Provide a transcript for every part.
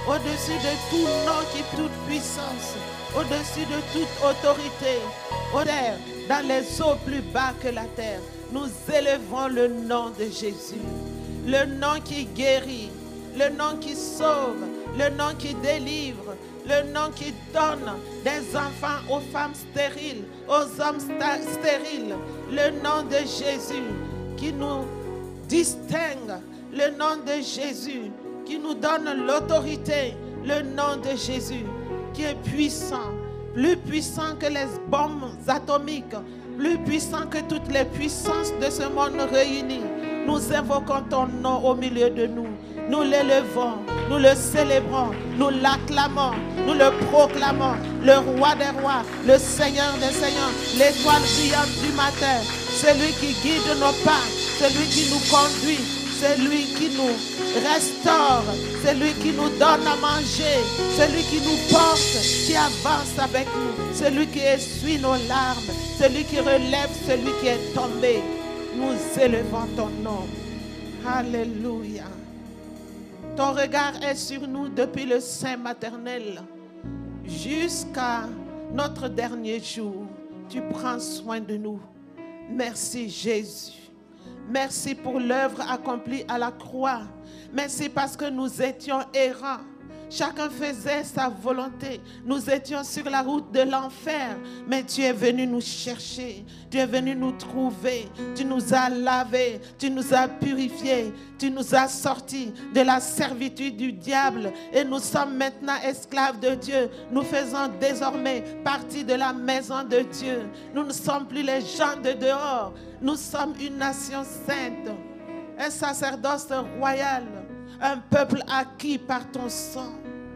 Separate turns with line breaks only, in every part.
au-dessus de tout nom qui est toute puissance, au-dessus de toute autorité, au terre, dans les eaux plus bas que la terre. Nous élevons le nom de Jésus, le nom qui guérit, le nom qui sauve, le nom qui délivre, le nom qui donne des enfants aux femmes stériles, aux hommes stériles, le nom de Jésus qui nous distingue, le nom de Jésus qui nous donne l'autorité, le nom de Jésus qui est puissant, plus puissant que les bombes atomiques, plus puissant que toutes les puissances de ce monde réunies. Nous invoquons ton nom au milieu de nous. Nous l'élevons, nous le célébrons, nous l'acclamons, nous le proclamons. Le roi des rois, le Seigneur des seigneurs, l'étoile brillante du matin, celui qui guide nos pas, celui qui nous conduit, celui qui nous restaure, celui qui nous donne à manger, celui qui nous porte, qui avance avec nous, celui qui essuie nos larmes, celui qui relève celui qui est tombé. Nous élevons ton nom. Alléluia. Ton regard est sur nous depuis le sein maternel jusqu'à notre dernier jour. Tu prends soin de nous. Merci Jésus. Merci pour l'œuvre accomplie à la croix. Merci parce que nous étions errants. Chacun faisait sa volonté. Nous étions sur la route de l'enfer. Mais tu es venu nous chercher. Tu es venu nous trouver. Tu nous as lavés. Tu nous as purifiés. Tu nous as sortis de la servitude du diable. Et nous sommes maintenant esclaves de Dieu. Nous faisons désormais partie de la maison de Dieu. Nous ne sommes plus les gens de dehors. Nous sommes une nation sainte. Un sacerdoce royal. Un peuple acquis par ton sang.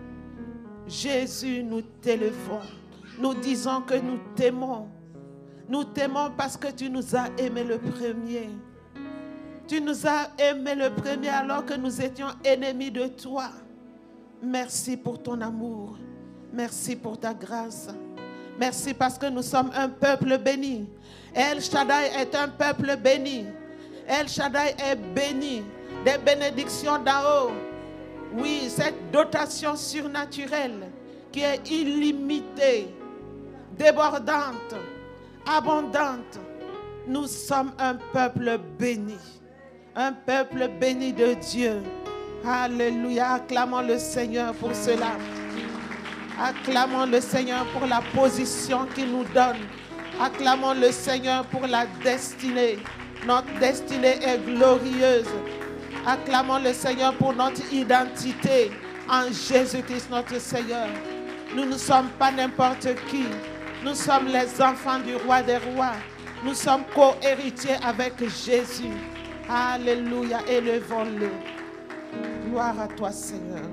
Jésus, nous t'élevons. Nous disons que nous t'aimons. Nous t'aimons parce que tu nous as aimés le premier. Tu nous as aimés le premier alors que nous étions ennemis de toi. Merci pour ton amour. Merci pour ta grâce. Merci parce que nous sommes un peuple béni. El Shaddai est un peuple béni. El Shaddai est béni. Des bénédictions d'en haut. Oui, cette dotation surnaturelle qui est illimitée, débordante, abondante. Nous sommes un peuple béni. Un peuple béni de Dieu. Alléluia. Acclamons le Seigneur pour cela. Acclamons le Seigneur pour la position qu'il nous donne. Acclamons le Seigneur pour la destinée. Notre destinée est glorieuse. Acclamons le Seigneur pour notre identité en Jésus-Christ notre Seigneur. Nous ne sommes pas n'importe qui. Nous sommes les enfants du roi des rois. Nous sommes co-héritiers avec Jésus. Alléluia. Élevons-le. Gloire à toi, Seigneur.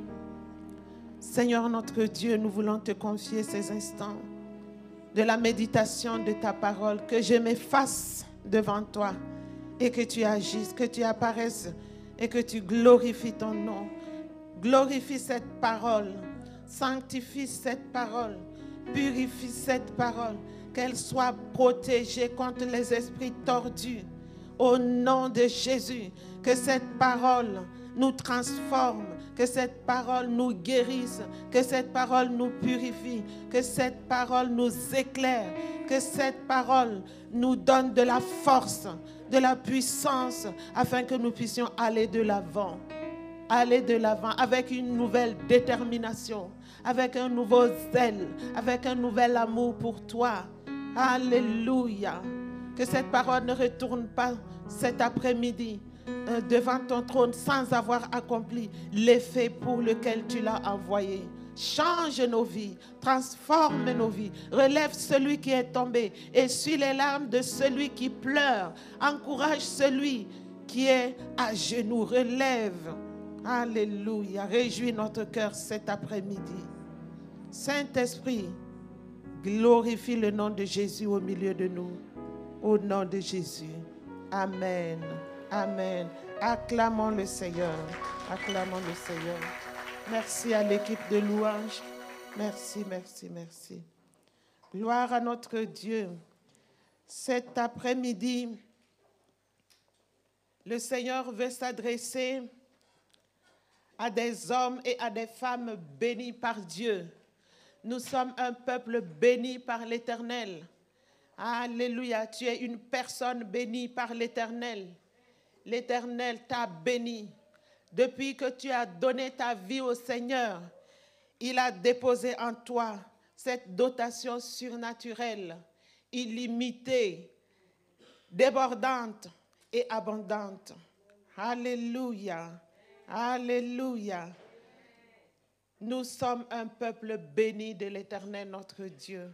Seigneur notre Dieu, nous voulons te confier ces instants de la méditation de ta parole. Que je m'efface devant toi. Et que tu agisses, que tu apparaisses et que tu glorifies ton nom. Glorifie cette parole, sanctifie cette parole, purifie cette parole, qu'elle soit protégée contre les esprits tordus. Au nom de Jésus, que cette parole nous transforme, que cette parole nous guérisse, que cette parole nous purifie, que cette parole nous éclaire, que cette parole nous donne de la force, de la puissance, afin que nous puissions aller de l'avant avec une nouvelle détermination, avec un nouveau zèle, avec un nouvel amour pour toi. Alléluia. Que cette parole ne retourne pas cet après-midi devant ton trône sans avoir accompli l'effet pour lequel tu l'as envoyé. Change nos vies, transforme nos vies, relève celui qui est tombé, essuie les larmes de celui qui pleure, encourage celui qui est à genoux, relève. Alléluia, réjouis notre cœur cet après-midi. Saint-Esprit, glorifie le nom de Jésus au milieu de nous, au nom de Jésus. Amen, amen. Acclamons le Seigneur, acclamons le Seigneur. Merci à l'équipe de louange. Merci, merci, merci. Gloire à notre Dieu. Cet après-midi, le Seigneur veut s'adresser à des hommes et à des femmes bénis par Dieu. Nous sommes un peuple béni par l'Éternel. Alléluia, tu es une personne bénie par l'Éternel. L'Éternel t'a béni. Depuis que tu as donné ta vie au Seigneur, il a déposé en toi cette dotation surnaturelle, illimitée, débordante et abondante. Alléluia, alléluia. Nous sommes un peuple béni de l'Éternel, notre Dieu.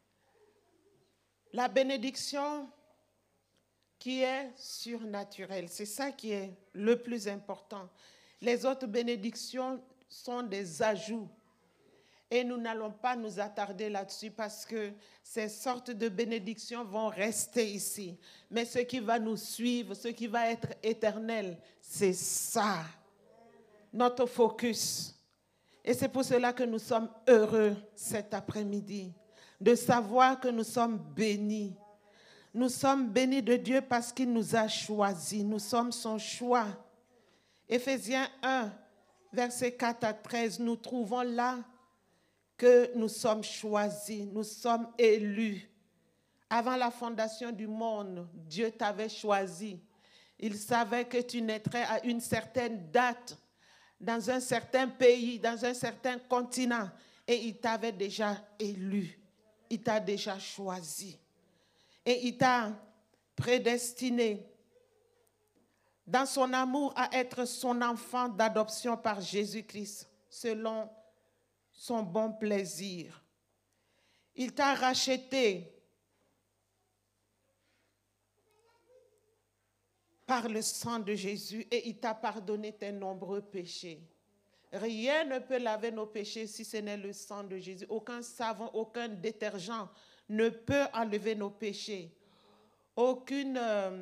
La bénédiction qui est surnaturelle, c'est ça qui est le plus important. Les autres bénédictions sont des ajouts. Et nous n'allons pas nous attarder là-dessus parce que ces sortes de bénédictions vont rester ici. Mais ce qui va nous suivre, ce qui va être éternel, c'est ça, notre focus. Et c'est pour cela que nous sommes heureux cet après-midi, de savoir que nous sommes bénis. Nous sommes bénis de Dieu parce qu'il nous a choisis. Nous sommes son choix. Éphésiens 1, versets 4 à 13, nous trouvons là que nous sommes choisis, nous sommes élus. Avant la fondation du monde, Dieu t'avait choisi. Il savait que tu naîtrais à une certaine date, dans un certain pays, dans un certain continent, et il t'avait déjà élu. Il t'a déjà choisi. Et il t'a prédestiné dans son amour à être son enfant d'adoption par Jésus-Christ, selon son bon plaisir. Il t'a racheté par le sang de Jésus et il t'a pardonné tes nombreux péchés. Rien ne peut laver nos péchés si ce n'est le sang de Jésus. Aucun savon, aucun détergent ne peut enlever nos péchés. Aucune,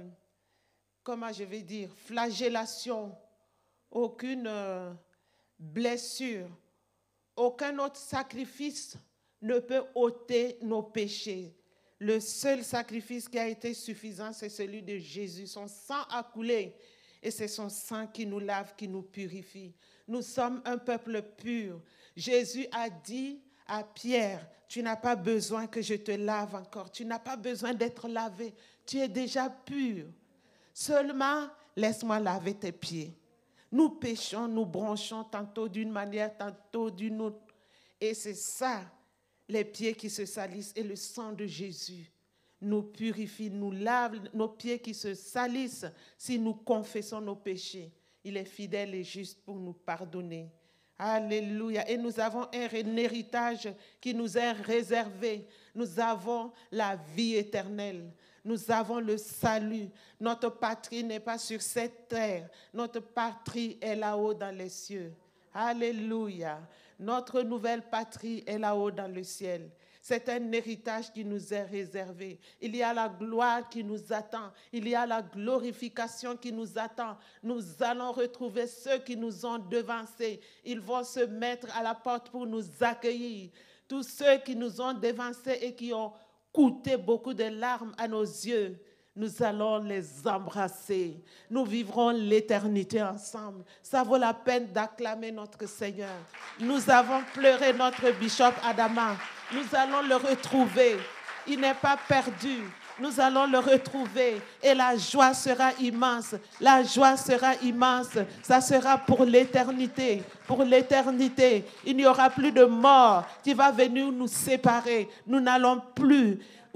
flagellation, aucune blessure, aucun autre sacrifice ne peut ôter nos péchés. Le seul sacrifice qui a été suffisant, c'est celui de Jésus. Son sang a coulé et c'est son sang qui nous lave, qui nous purifie. Nous sommes un peuple pur. Jésus a dit à Pierre, tu n'as pas besoin que je te lave encore. Tu n'as pas besoin d'être lavé. Tu es déjà pur. Seulement, laisse-moi laver tes pieds. Nous péchons, nous bronchons tantôt d'une manière, tantôt d'une autre. Et c'est ça, les pieds qui se salissent. Et le sang de Jésus nous purifie, nous lave nos pieds qui se salissent si nous confessons nos péchés. Il est fidèle et juste pour nous pardonner. Alléluia. Et nous avons un héritage qui nous est réservé. Nous avons la vie éternelle. Nous avons le salut. Notre patrie n'est pas sur cette terre. Notre patrie est là-haut dans les cieux. Alléluia. Notre nouvelle patrie est là-haut dans le ciel. C'est un héritage qui nous est réservé. Il y a la gloire qui nous attend. Il y a la glorification qui nous attend. Nous allons retrouver ceux qui nous ont devancés. Ils vont se mettre à la porte pour nous accueillir. Tous ceux qui nous ont devancés et qui ont coûté beaucoup de larmes à nos yeux, nous allons les embrasser. Nous vivrons l'éternité ensemble. Ça vaut la peine d'acclamer notre Seigneur. Nous avons pleuré notre bishop Adama. Nous allons le retrouver. Il n'est pas perdu. Nous allons le retrouver et la joie sera immense. La joie sera immense. Ça sera pour l'éternité. Pour l'éternité. Il n'y aura plus de mort qui va venir nous séparer. Nous n'allons plus,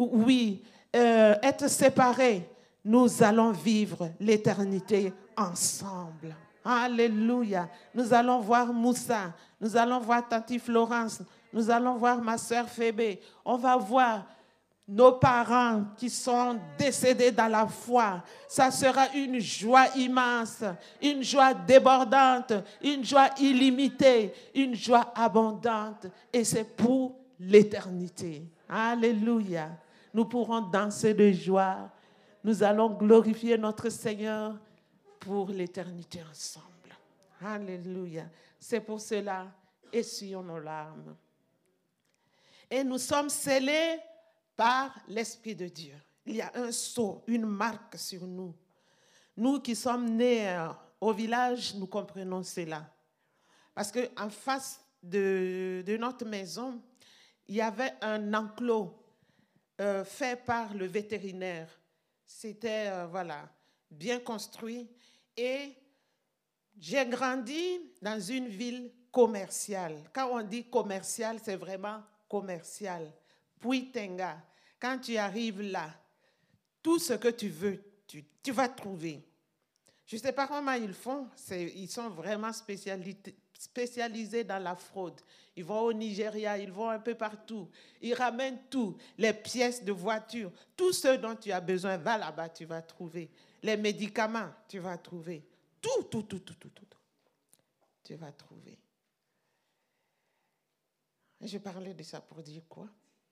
être séparés. Nous allons vivre l'éternité ensemble. Alléluia. Nous allons voir Moussa. Nous allons voir Tante Florence. Nous allons voir ma sœur Phébé. On va voir nos parents qui sont décédés dans la foi. Ça sera une joie immense, une joie débordante, une joie illimitée, une joie abondante. Et c'est pour l'éternité. Alléluia. Nous pourrons danser de joie. Nous allons glorifier notre Seigneur pour l'éternité ensemble. Alléluia. C'est pour cela, essuyons nos larmes. Et nous sommes scellés par l'Esprit de Dieu. Il y a un sceau, une marque sur nous. Nous qui sommes nés au village, nous comprenons cela. Parce qu'en face de notre maison, il y avait un enclos fait par le vétérinaire. C'était, bien construit. Et j'ai grandi dans une ville commerciale. Quand on dit commercial, c'est vraiment commercial. Puitenga, quand tu arrives là, tout ce que tu veux, tu vas trouver. Je ne sais pas comment ils font. Ils sont vraiment spécialisés dans la fraude. Ils vont au Nigeria, ils vont un peu partout. Ils ramènent tout, les pièces de voiture, tout ce dont tu as besoin, va là-bas, tu vas trouver. Les médicaments, tu vas trouver. Tout. Tu vas trouver. Je parlais de ça pour dire quoi?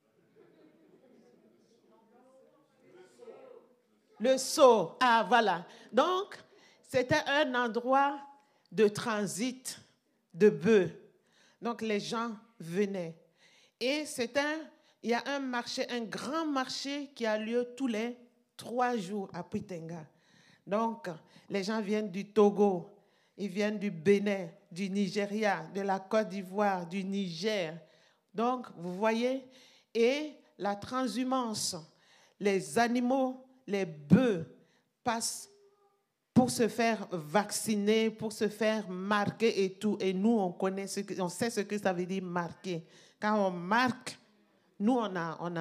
Le sceau. Ah, voilà. Donc, c'était un endroit de transit de bœufs. Donc, les gens venaient. Et il y a un marché, un grand marché qui a lieu tous les 3 jours à Puitenga. Donc, les gens viennent du Togo, ils viennent du Bénin, du Nigeria, de la Côte d'Ivoire, du Niger. Donc, vous voyez, et la transhumance, les animaux, les bœufs passent pour se faire vacciner, pour se faire marquer et tout. Et nous, on sait ce que ça veut dire marquer. Quand on marque, nous, on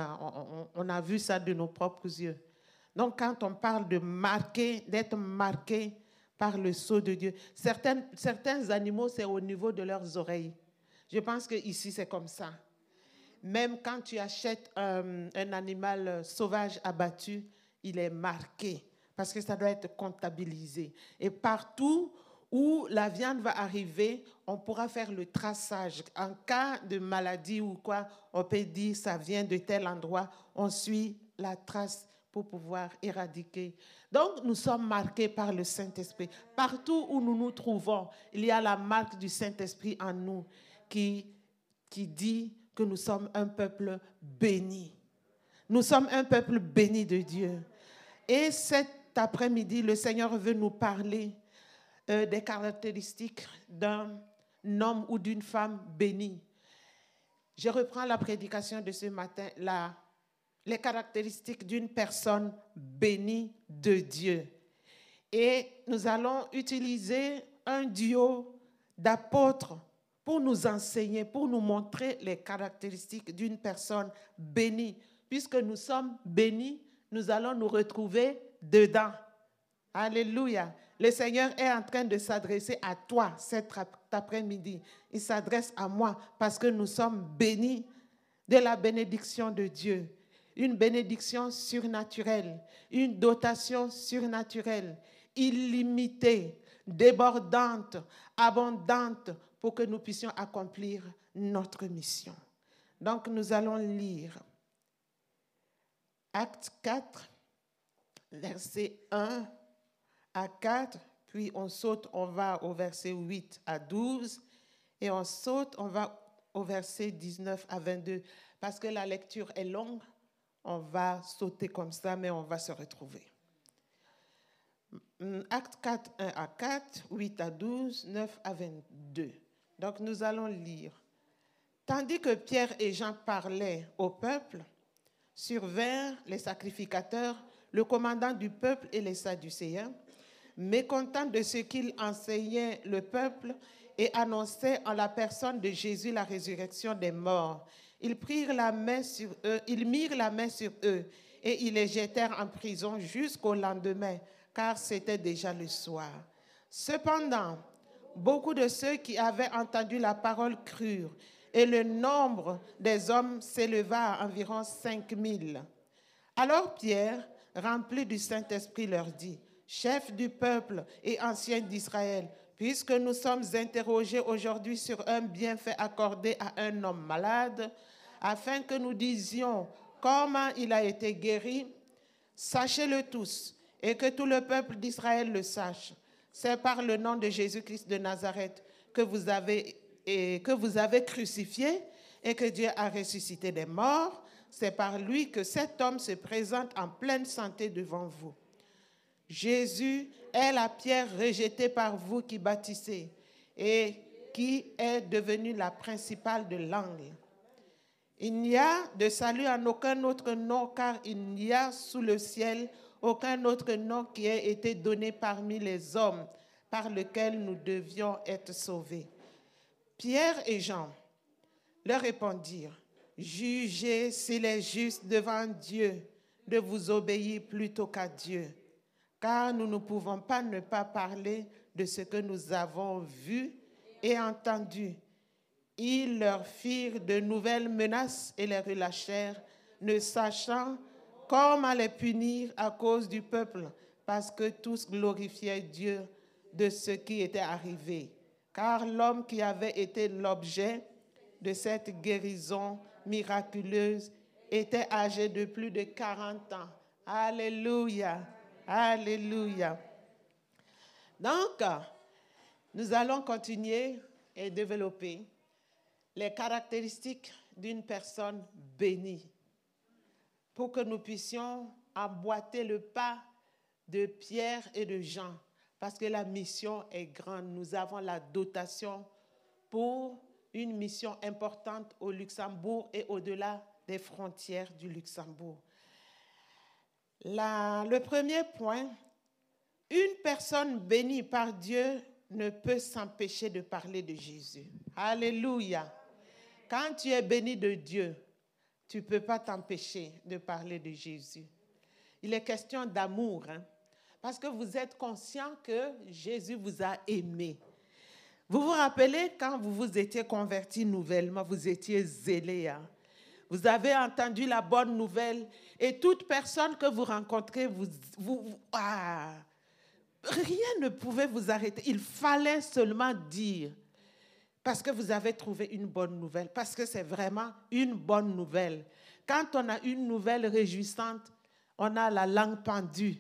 a vu ça de nos propres yeux. Donc, quand on parle de marquer, d'être marqué par le sceau de Dieu, certains animaux, c'est au niveau de leurs oreilles. Je pense qu'ici, c'est comme ça. Même quand tu achètes un animal sauvage abattu, il est marqué parce que ça doit être comptabilisé. Et partout où la viande va arriver, on pourra faire le traçage. En cas de maladie ou quoi, on peut dire ça vient de tel endroit. On suit la trace pour pouvoir éradiquer. Donc, nous sommes marqués par le Saint-Esprit. Partout où nous nous trouvons, il y a la marque du Saint-Esprit en nous qui dit que nous sommes un peuple béni. Nous sommes un peuple béni de Dieu. Et cet après-midi, le Seigneur veut nous parler des caractéristiques d'un homme ou d'une femme bénie. Je reprends la prédication de ce matin, les caractéristiques d'une personne bénie de Dieu. Et nous allons utiliser un duo d'apôtres pour nous enseigner, pour nous montrer les caractéristiques d'une personne bénie. Puisque nous sommes bénis, nous allons nous retrouver dedans. Alléluia. Le Seigneur est en train de s'adresser à toi cet après-midi. Il s'adresse à moi parce que nous sommes bénis de la bénédiction de Dieu. Une bénédiction surnaturelle, une dotation surnaturelle, illimitée, débordante, abondante, pour que nous puissions accomplir notre mission. Donc, nous allons lire Actes 4, versets 1 à 4, puis on va au verset 8 à 12, et on va au verset 19 à 22, parce que la lecture est longue, on va sauter comme ça, mais on va se retrouver. Actes 4, 1 à 4, 8 à 12, 9 à 22. Donc nous allons lire. Tandis que Pierre et Jean parlaient au peuple, survinrent les sacrificateurs, le commandant du peuple et les Sadducéens, mécontents de ce qu'ils enseignaient le peuple et annonçaient en la personne de Jésus la résurrection des morts. Ils mirent la main sur eux et ils les jetèrent en prison jusqu'au lendemain, car c'était déjà le soir. Cependant, beaucoup de ceux qui avaient entendu la parole crurent, et le nombre des hommes s'éleva à environ 5000. Alors Pierre, rempli du Saint-Esprit, leur dit, « Chefs du peuple et anciens d'Israël, puisque nous sommes interrogés aujourd'hui sur un bienfait accordé à un homme malade, afin que nous disions comment il a été guéri, sachez-le tous, et que tout le peuple d'Israël le sache. C'est par le nom de Jésus-Christ de Nazareth que vous avez crucifié et que Dieu a ressuscité des morts. C'est par lui que cet homme se présente en pleine santé devant vous. Jésus est la pierre rejetée par vous qui bâtissez, et qui est devenue la principale de langue. Il n'y a de salut en aucun autre nom, car il n'y a sous le ciel aucun autre nom qui ait été donné parmi les hommes par lequel nous devions être sauvés. Pierre et Jean leur répondirent, « Jugez s'il est juste devant Dieu de vous obéir plutôt qu'à Dieu, car nous ne pouvons pas ne pas parler de ce que nous avons vu et entendu. » Ils leur firent de nouvelles menaces et les relâchèrent, ne sachant comment les punir à cause du peuple, parce que tous glorifiaient Dieu de ce qui était arrivé. Car l'homme qui avait été l'objet de cette guérison miraculeuse était âgé de plus de 40 ans. Alléluia, alléluia. Donc, nous allons continuer et développer les caractéristiques d'une personne bénie pour que nous puissions emboîter le pas de Pierre et de Jean, parce que la mission est grande. Nous avons la dotation pour une mission importante au Luxembourg et au-delà des frontières du Luxembourg. Le premier point, une personne bénie par Dieu ne peut s'empêcher de parler de Jésus. Alléluia. Quand tu es béni de Dieu, tu ne peux pas t'empêcher de parler de Jésus. Il est question d'amour, parce que vous êtes conscient que Jésus vous a aimé. Vous vous rappelez quand vous vous étiez converti nouvellement, vous étiez zélé. Vous avez entendu la bonne nouvelle et toute personne que vous rencontrez, rien ne pouvait vous arrêter. Il fallait seulement dire. Parce que vous avez trouvé une bonne nouvelle, parce que c'est vraiment une bonne nouvelle. Quand on a une nouvelle réjouissante, on a la langue pendue.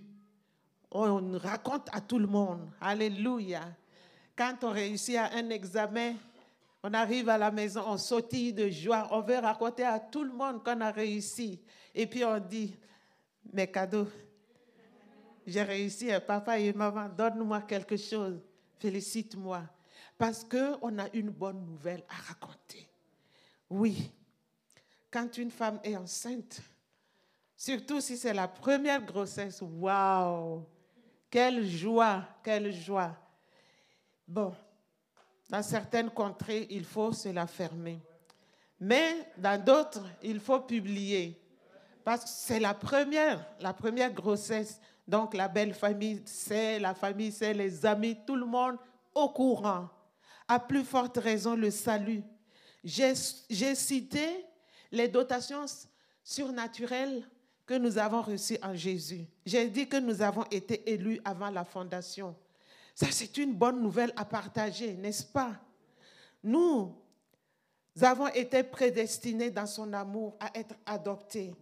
On raconte à tout le monde. Alléluia. Quand on réussit à un examen, on arrive à la maison, on sautille de joie. On veut raconter à tout le monde qu'on a réussi. Et puis on dit, mes cadeaux, j'ai réussi, papa et maman, donne-moi quelque chose, félicite-moi. Parce qu'on a une bonne nouvelle à raconter. Oui, quand une femme est enceinte, surtout si c'est la première grossesse, waouh, quelle joie, quelle joie. Bon, dans certaines contrées, il faut se la fermer. Mais dans d'autres, il faut publier. Parce que c'est la première grossesse. Donc la belle famille, c'est la famille, c'est les amis, tout le monde au courant. À plus forte raison, le salut. J'ai cité les dotations surnaturelles que nous avons reçues en Jésus. J'ai dit que nous avons été élus avant la fondation. Ça, c'est une bonne nouvelle à partager, n'est-ce pas? Nous avons été prédestinés dans son amour à être adoptés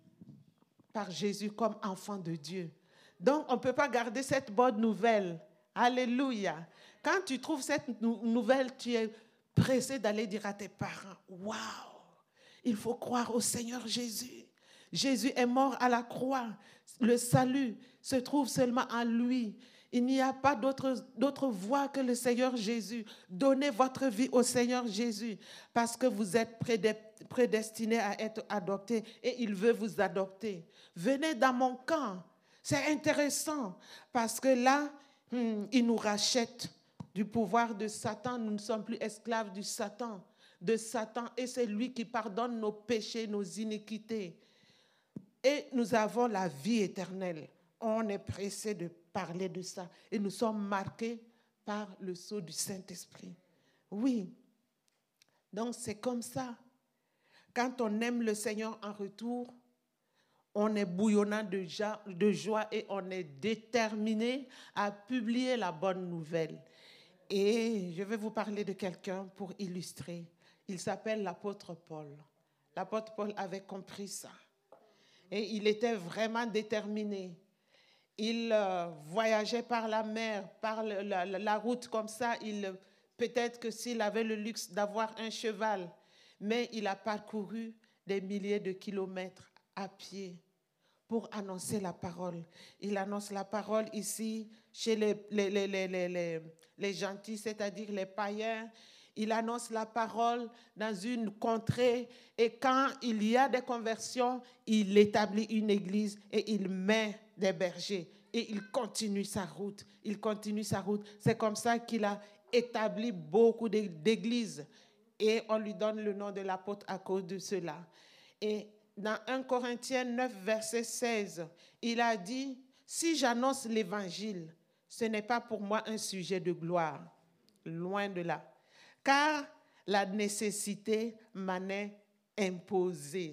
par Jésus comme enfants de Dieu. Donc, on ne peut pas garder cette bonne nouvelle. Alléluia. Quand tu trouves cette nouvelle, tu es pressé d'aller dire à tes parents, « Waouh, il faut croire au Seigneur Jésus. Jésus est mort à la croix. Le salut se trouve seulement en lui. Il n'y a pas d'autre voie que le Seigneur Jésus. Donnez votre vie au Seigneur Jésus parce que vous êtes prédestinés à être adoptés et il veut vous adopter. Venez dans mon camp. » C'est intéressant parce que là, il nous rachète du pouvoir de Satan. Nous ne sommes plus esclaves de Satan, et c'est lui qui pardonne nos péchés, nos iniquités. Et nous avons la vie éternelle. On est pressé de parler de ça. Et nous sommes marqués par le sceau du Saint-Esprit. Oui. Donc c'est comme ça. Quand on aime le Seigneur en retour, on est bouillonnant de joie et on est déterminé à publier la bonne nouvelle. Et je vais vous parler de quelqu'un pour illustrer. Il s'appelle l'apôtre Paul. L'apôtre Paul avait compris ça. Et il était vraiment déterminé. Il voyageait par la mer, par la route comme ça. Peut-être que s'il avait le luxe d'avoir un cheval, mais il a parcouru des milliers de kilomètres à pied pour annoncer la parole. Il annonce la parole ici chez les gentils, c'est-à-dire les païens. Il annonce la parole dans une contrée et quand il y a des conversions, il établit une église et il met des bergers. Et il continue sa route. Il continue sa route. C'est comme ça qu'il a établi beaucoup d'églises. Et on lui donne le nom de l'apôtre à cause de cela. Et dans 1 Corinthiens 9, verset 16, il a dit, « Si j'annonce l'évangile, ce n'est pas pour moi un sujet de gloire, loin de là, car la nécessité m'en est imposée. »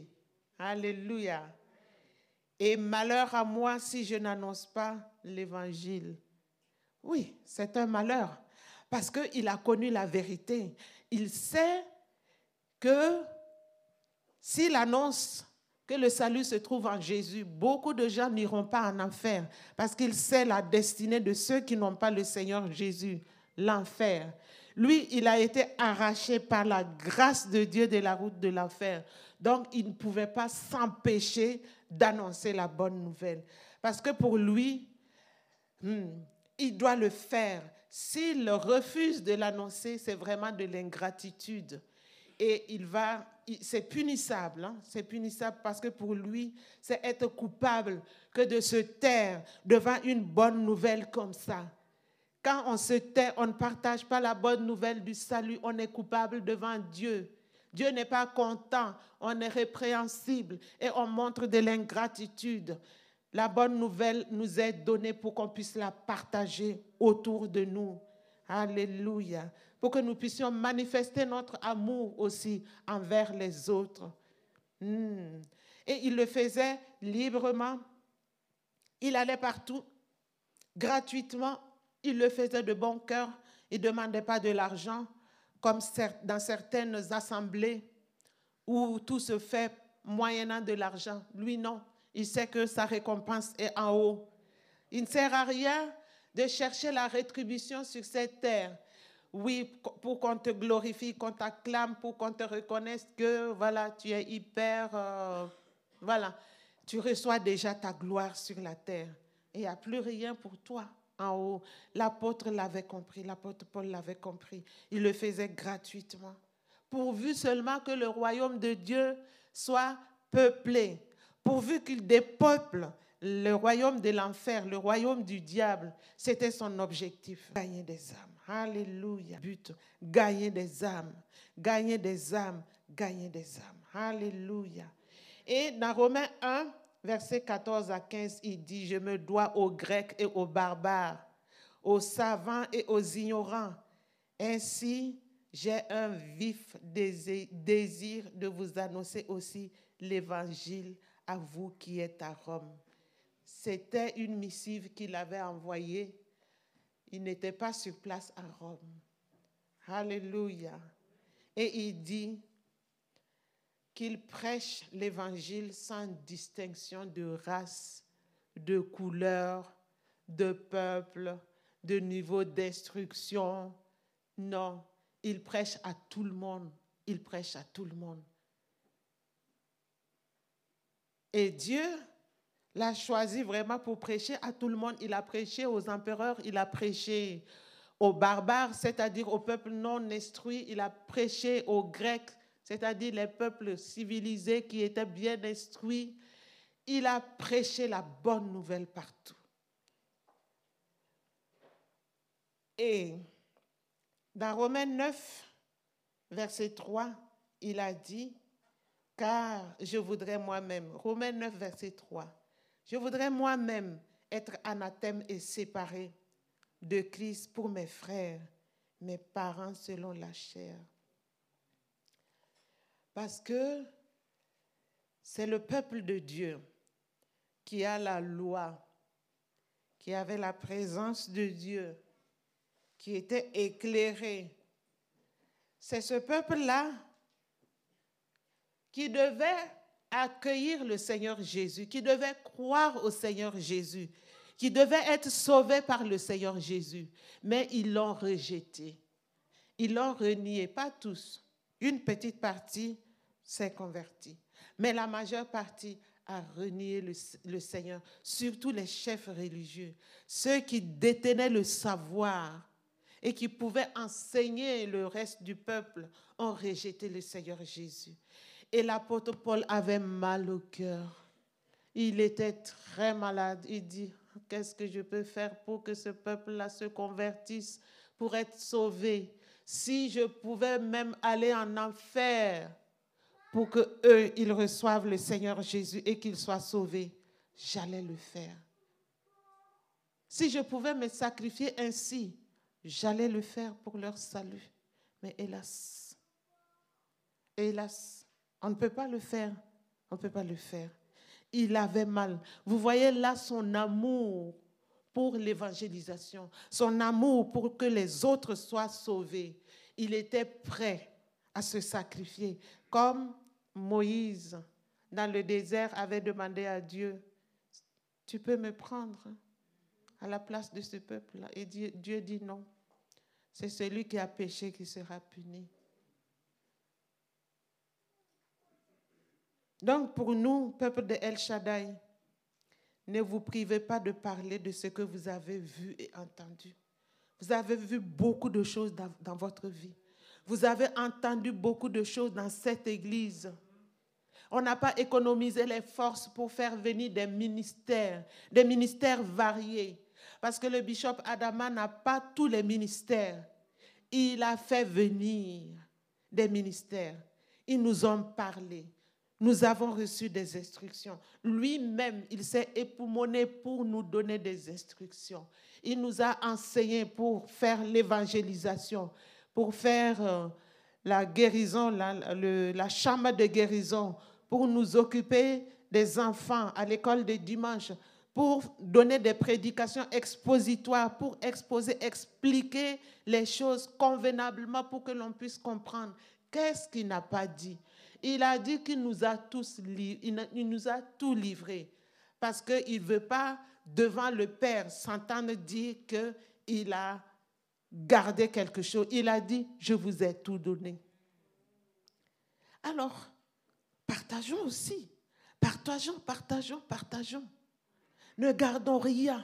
Alléluia. Et malheur à moi si je n'annonce pas l'évangile. Oui, c'est un malheur, parce qu'il a connu la vérité. Il sait que s'il annonce que le salut se trouve en Jésus, beaucoup de gens n'iront pas en enfer parce qu'il sait la destinée de ceux qui n'ont pas le Seigneur Jésus, l'enfer. Lui, il a été arraché par la grâce de Dieu de la route de l'enfer. Donc, il ne pouvait pas s'empêcher d'annoncer la bonne nouvelle. Parce que pour lui, il doit le faire. S'il refuse de l'annoncer, c'est vraiment de l'ingratitude. Et c'est punissable, hein? C'est punissable parce que pour lui, c'est être coupable que de se taire devant une bonne nouvelle comme ça. Quand on se tait, on ne partage pas la bonne nouvelle du salut, on est coupable devant Dieu. Dieu n'est pas content, on est répréhensible et on montre de l'ingratitude. La bonne nouvelle nous est donnée pour qu'on puisse la partager autour de nous. Alléluia. Pour que nous puissions manifester notre amour aussi envers les autres. Et il le faisait librement. Il allait partout, gratuitement. Il le faisait de bon cœur. Il ne demandait pas de l'argent, comme dans certaines assemblées où tout se fait moyennant de l'argent. Lui, non. Il sait que sa récompense est en haut. Il ne sert à rien de chercher la rétribution sur cette terre. Oui, pour qu'on te glorifie, qu'on t'acclame, pour qu'on te reconnaisse que, voilà, tu es hyper... voilà, tu reçois déjà ta gloire sur la terre. Et il n'y a plus rien pour toi en haut. L'apôtre l'avait compris, l'apôtre Paul l'avait compris. Il le faisait gratuitement. Pourvu seulement que le royaume de Dieu soit peuplé. Pourvu qu'il dépeuple le royaume de l'enfer, le royaume du diable, c'était son objectif. Gagner des âmes. Alléluia. But, gagner des âmes. Gagner des âmes. Gagner des âmes. Alléluia. Et dans Romains 1, versets 14 à 15, il dit, « Je me dois aux Grecs et aux barbares, aux savants et aux ignorants. Ainsi, j'ai un vif désir de vous annoncer aussi l'évangile à vous qui êtes à Rome. » C'était une missive qu'il avait envoyée. Il n'était pas sur place à Rome. Alléluia. Et il dit qu'il prêche l'évangile sans distinction de race, de couleur, de peuple, de niveau d'instruction. Non, il prêche à tout le monde. Il prêche à tout le monde. Et Dieu l'a choisi vraiment pour prêcher à tout le monde. Il a prêché aux empereurs, il a prêché aux barbares, c'est-à-dire aux peuples non instruits. Il a prêché aux Grecs, c'est-à-dire les peuples civilisés qui étaient bien instruits. Il a prêché la bonne nouvelle partout. Et dans Romains 9, verset 3, il a dit, « Car je voudrais moi-même, Romains 9, verset 3, je voudrais moi-même être anathème et séparé de Christ pour mes frères, mes parents selon la chair. » Parce que c'est le peuple de Dieu qui a la loi, qui avait la présence de Dieu, qui était éclairé. C'est ce peuple-là qui devait accueillir le Seigneur Jésus, qui devait croire au Seigneur Jésus, qui devait être sauvé par le Seigneur Jésus. Mais ils l'ont rejeté. Ils l'ont renié, pas tous. Une petite partie s'est convertie. Mais la majeure partie a renié le Seigneur, surtout les chefs religieux, ceux qui détenaient le savoir et qui pouvaient enseigner le reste du peuple ont rejeté le Seigneur Jésus. Et l'apôtre Paul avait mal au cœur. Il était très malade. Il dit, qu'est-ce que je peux faire pour que ce peuple-là se convertisse, pour être sauvé? Si je pouvais même aller en enfer pour qu'eux, ils reçoivent le Seigneur Jésus et qu'ils soient sauvés, j'allais le faire. Si je pouvais me sacrifier ainsi, j'allais le faire pour leur salut. Mais hélas, on ne peut pas le faire. On ne peut pas le faire. Il avait mal. Vous voyez là son amour pour l'évangélisation, son amour pour que les autres soient sauvés. Il était prêt à se sacrifier. Comme Moïse, dans le désert, avait demandé à Dieu, tu peux me prendre à la place de ce peuple-là? Et Dieu dit non. C'est celui qui a péché qui sera puni. Donc pour nous, peuple de El Shaddai, ne vous privez pas de parler de ce que vous avez vu et entendu. Vous avez vu beaucoup de choses dans votre vie. Vous avez entendu beaucoup de choses dans cette église. On n'a pas économisé les forces pour faire venir des ministères variés. Parce que le bishop Adama n'a pas tous les ministères. Il a fait venir des ministères. Ils nous ont parlé. Nous avons reçu des instructions. Lui-même, il s'est époumoné pour nous donner des instructions. Il nous a enseigné pour faire l'évangélisation, pour faire la guérison, la chambre de guérison, pour nous occuper des enfants à l'école de dimanche, pour donner des prédications expositoires, pour expliquer les choses convenablement pour que l'on puisse comprendre. Qu'est-ce qu'il n'a pas dit? Il a dit qu'il nous a il nous a tout livré parce qu'il ne veut pas, devant le Père, s'entendre dire qu'il a gardé quelque chose. Il a dit, je vous ai tout donné. Alors, partageons aussi. Partageons. Ne gardons rien.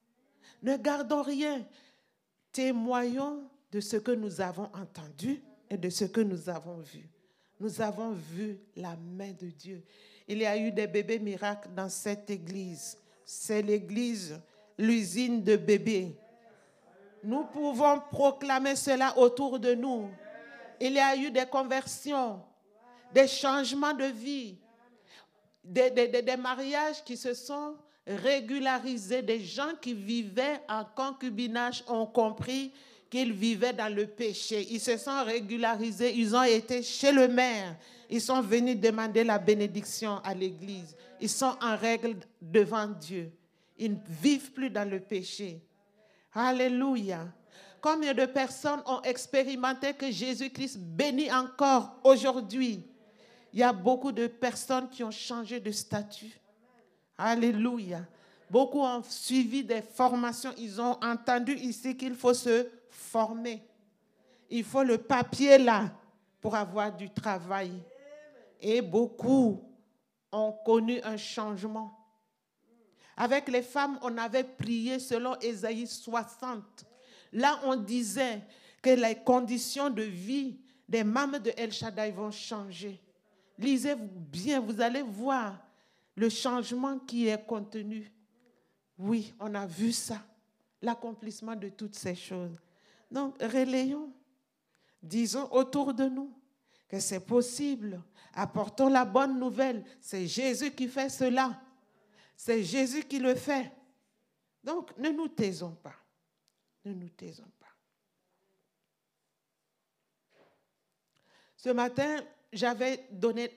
Témoignons de ce que nous avons entendu et de ce que nous avons vu. Nous avons vu la main de Dieu. Il y a eu des bébés miracles dans cette église. C'est l'église, l'usine de bébés. Nous pouvons proclamer cela autour de nous. Il y a eu des conversions, des changements de vie, des mariages qui se sont régularisés. Des gens qui vivaient en concubinage ont compris qu'ils vivaient dans le péché. Ils se sont régularisés, ils ont été chez le maire. Ils sont venus demander la bénédiction à l'église. Ils sont en règle devant Dieu. Ils ne vivent plus dans le péché. Alléluia. Combien de personnes ont expérimenté que Jésus-Christ bénit encore aujourd'hui? Il y a beaucoup de personnes qui ont changé de statut. Alléluia. Beaucoup ont suivi des formations. Ils ont entendu ici qu'il faut se former. Il faut le papier là pour avoir du travail. Et beaucoup ont connu un changement. Avec les femmes, on avait prié selon Ésaïe 60. Là, on disait que les conditions de vie des membres de El Shaddai vont changer. Lisez bien, vous allez voir le changement qui est contenu. Oui, on a vu ça, l'accomplissement de toutes ces choses. Donc, relayons, disons autour de nous que c'est possible. Apportons la bonne nouvelle. C'est Jésus qui fait cela. C'est Jésus qui le fait. Donc, ne nous taisons pas. Ne nous taisons pas. Ce matin, j'avais donné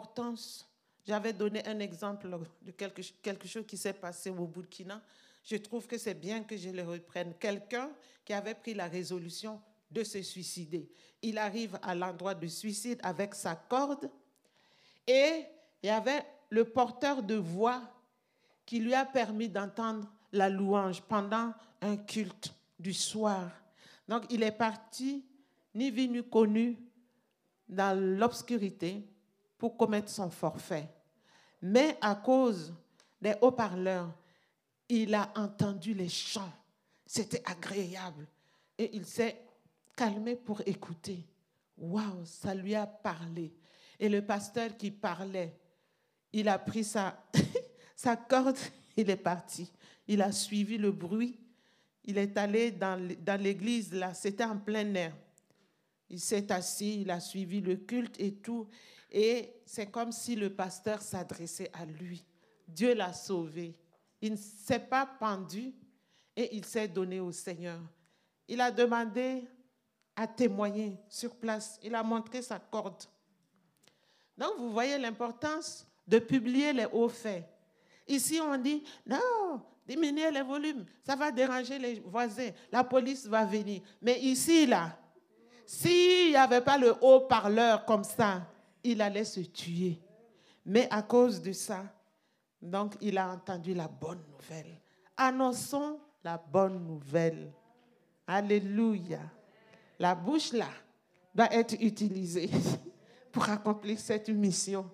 un exemple de quelque chose qui s'est passé au Burkina. Je trouve que c'est bien que je le reprenne. Quelqu'un qui avait pris la résolution de se suicider. Il arrive à l'endroit du suicide avec sa corde et il y avait le porteur de voix qui lui a permis d'entendre la louange pendant un culte du soir. Donc, il est parti, ni vu ni connu, dans l'obscurité pour commettre son forfait. Mais à cause des haut-parleurs, il a entendu les chants. C'était agréable. Et il s'est calmé pour écouter. Waouh, ça lui a parlé. Et le pasteur qui parlait, il a pris sa corde, il est parti. Il a suivi le bruit. Il est allé dans l'église, là, c'était en plein air. Il s'est assis, il a suivi le culte et tout. Et c'est comme si le pasteur s'adressait à lui. Dieu l'a sauvé. Il ne s'est pas pendu et il s'est donné au Seigneur. Il a demandé à témoigner sur place. Il a montré sa corde. Donc, vous voyez l'importance de publier les hauts faits. Ici, on dit, non, diminuez les volumes, ça va déranger les voisins, la police va venir. Mais ici, là, s'il n'y avait pas le haut-parleur comme ça, il allait se tuer. Mais à cause de ça, donc, il a entendu la bonne nouvelle. Annonçons la bonne nouvelle. Alléluia. La bouche, là, doit être utilisée pour accomplir cette mission.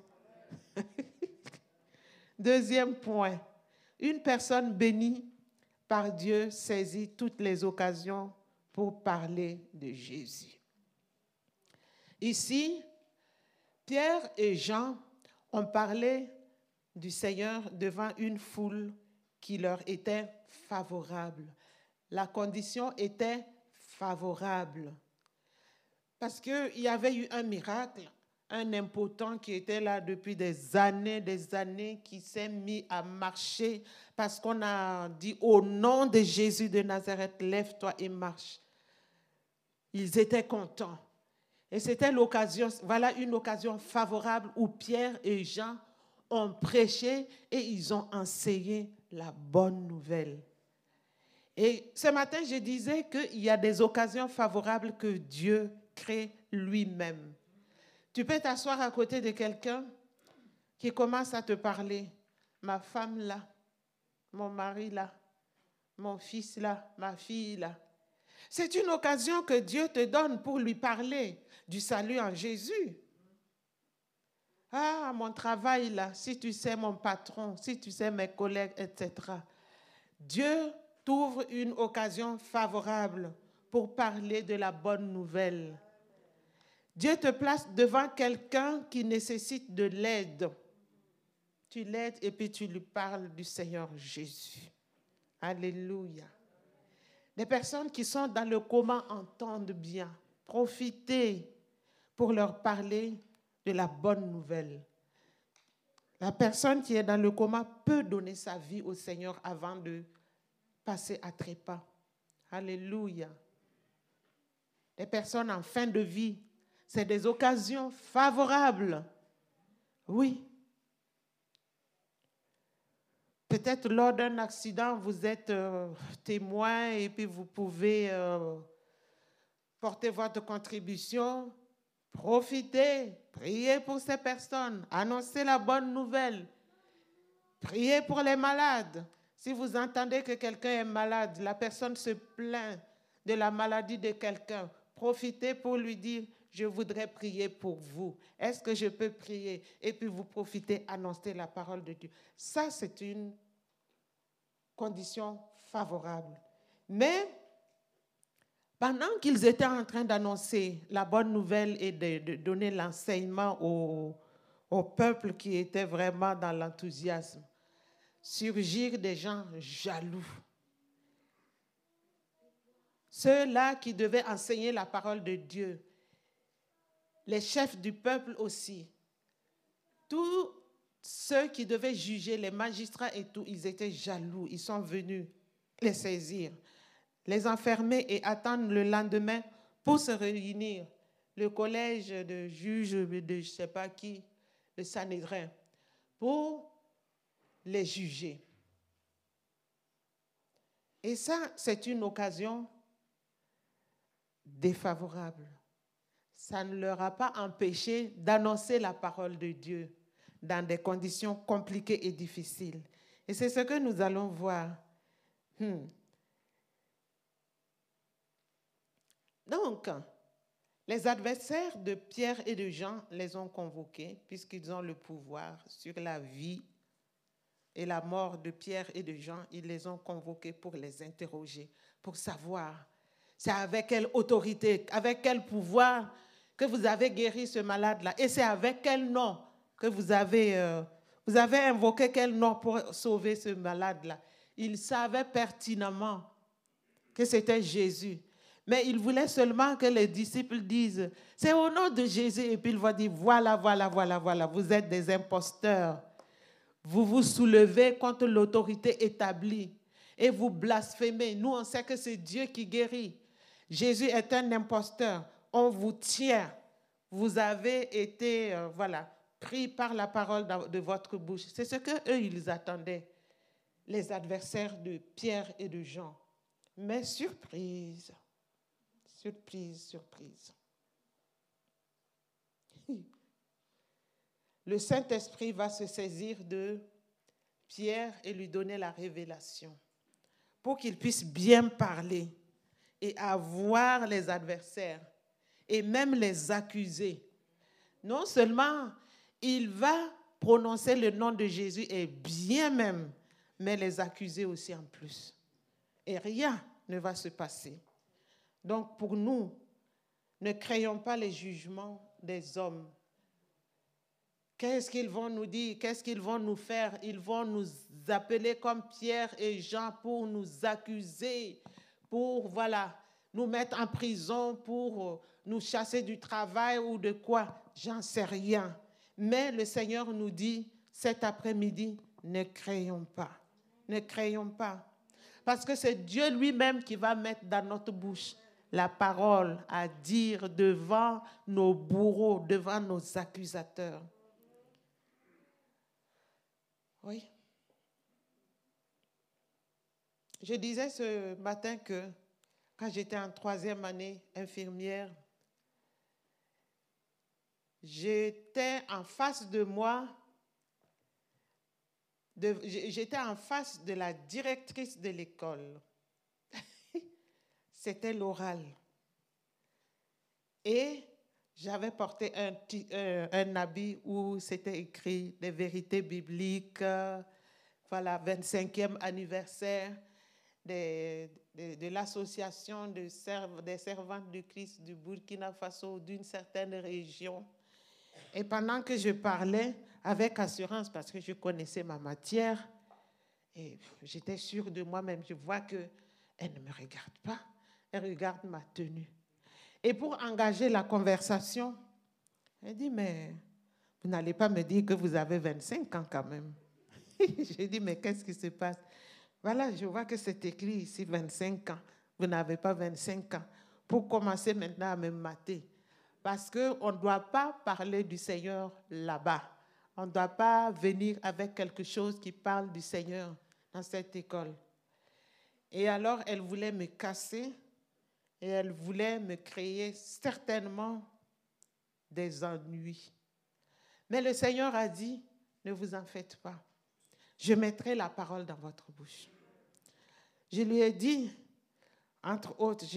Deuxième point, une personne bénie par Dieu saisit toutes les occasions pour parler de Jésus. Ici, Pierre et Jean ont parlé du Seigneur devant une foule qui leur était favorable. La condition était favorable parce qu'il y avait eu un miracle. Un impotent qui était là depuis des années, qui s'est mis à marcher parce qu'on a dit au nom de Jésus de Nazareth, lève-toi et marche. Ils étaient contents. Et c'était l'occasion, voilà une occasion favorable où Pierre et Jean ont prêché et ils ont enseigné la bonne nouvelle. Et ce matin, je disais qu'il y a des occasions favorables que Dieu crée lui-même. Tu peux t'asseoir à côté de quelqu'un qui commence à te parler. Ma femme là, mon mari là, mon fils là, ma fille là. C'est une occasion que Dieu te donne pour lui parler du salut en Jésus. Ah, mon travail là, si tu sais mon patron, si tu sais mes collègues, etc. Dieu t'ouvre une occasion favorable pour parler de la bonne nouvelle. Dieu te place devant quelqu'un qui nécessite de l'aide. Tu l'aides et puis tu lui parles du Seigneur Jésus. Alléluia. Les personnes qui sont dans le coma entendent bien. Profitez pour leur parler de la bonne nouvelle. La personne qui est dans le coma peut donner sa vie au Seigneur avant de passer à trépas. Alléluia. Les personnes en fin de vie, c'est des occasions favorables. Oui. Peut-être lors d'un accident, vous êtes témoin et puis vous pouvez porter votre contribution. Profitez, priez pour ces personnes, annoncez la bonne nouvelle. Priez pour les malades. Si vous entendez que quelqu'un est malade, la personne se plaint de la maladie de quelqu'un, profitez pour lui dire, je voudrais prier pour vous. Est-ce que je peux prier? Et puis vous profitez, annoncez la parole de Dieu. Ça, c'est une condition favorable. Mais pendant qu'ils étaient en train d'annoncer la bonne nouvelle et de donner l'enseignement au peuple qui était vraiment dans l'enthousiasme, surgirent des gens jaloux. Ceux-là qui devaient enseigner la parole de Dieu, les chefs du peuple aussi, tous ceux qui devaient juger, les magistrats et tout, ils étaient jaloux. Ils sont venus les saisir, les enfermer et attendre le lendemain pour se réunir. Le collège de juges de je ne sais pas qui, le Sanhédrin, pour les juger. Et ça, c'est une occasion défavorable. Ça ne leur a pas empêché d'annoncer la parole de Dieu dans des conditions compliquées et difficiles. Et c'est ce que nous allons voir. Donc, les adversaires de Pierre et de Jean les ont convoqués puisqu'ils ont le pouvoir sur la vie et la mort de Pierre et de Jean. Ils les ont convoqués pour les interroger, pour savoir C'est avec quelle autorité, avec quel pouvoir que vous avez guéri ce malade-là. Et c'est avec quel nom que vous avez invoqué quel nom pour sauver ce malade-là. Il savait pertinemment que c'était Jésus. Mais il voulait seulement que les disciples disent, c'est au nom de Jésus. Et puis il va dire, voilà, vous êtes des imposteurs. Vous vous soulevez contre l'autorité établie et vous blasphémez. Nous, on sait que c'est Dieu qui guérit. Jésus est un imposteur. On vous tient. Vous avez été, pris par la parole de votre bouche. C'est ce qu'eux, ils attendaient, les adversaires de Pierre et de Jean. Mais surprise, surprise. Le Saint-Esprit va se saisir de Pierre et lui donner la révélation pour qu'il puisse bien parler et avoir les adversaires et même les accuser. Non seulement il va prononcer le nom de Jésus et bien même, mais les accuser aussi en plus. Et rien ne va se passer. Donc pour nous, ne craignons pas les jugements des hommes. Qu'est-ce qu'ils vont nous dire? Qu'est-ce qu'ils vont nous faire? Ils vont nous appeler comme Pierre et Jean pour nous accuser, pour nous mettre en prison, pour nous chasser du travail ou de quoi? J'en sais rien. Mais le Seigneur nous dit cet après-midi, ne craignons pas. Ne craignons pas. Parce que c'est Dieu lui-même qui va mettre dans notre bouche la parole à dire devant nos bourreaux, devant nos accusateurs. Oui. Je disais ce matin que quand j'étais en 3e année infirmière, j'étais en face de moi, j'étais en face de la directrice de l'école. C'était l'oral. Et j'avais porté un habit où c'était écrit des vérités bibliques, 25e anniversaire de l'association des servantes du Christ du Burkina Faso, d'une certaine région. Et pendant que je parlais avec assurance, parce que je connaissais ma matière, et j'étais sûre de moi-même, je vois qu'elle ne me regarde pas, elle regarde ma tenue. Et pour engager la conversation, elle dit, mais vous n'allez pas me dire que vous avez 25 ans quand même. J'ai dit, mais qu'est-ce qui se passe? Voilà, je vois que c'est écrit ici 25 ans. Vous n'avez pas 25 ans. Pour commencer maintenant à me mater. Parce qu'on ne doit pas parler du Seigneur là-bas. On ne doit pas venir avec quelque chose qui parle du Seigneur dans cette école. Et alors, elle voulait me casser et elle voulait me créer certainement des ennuis. Mais le Seigneur a dit, ne vous en faites pas. Je mettrai la parole dans votre bouche. Je lui ai dit, entre autres,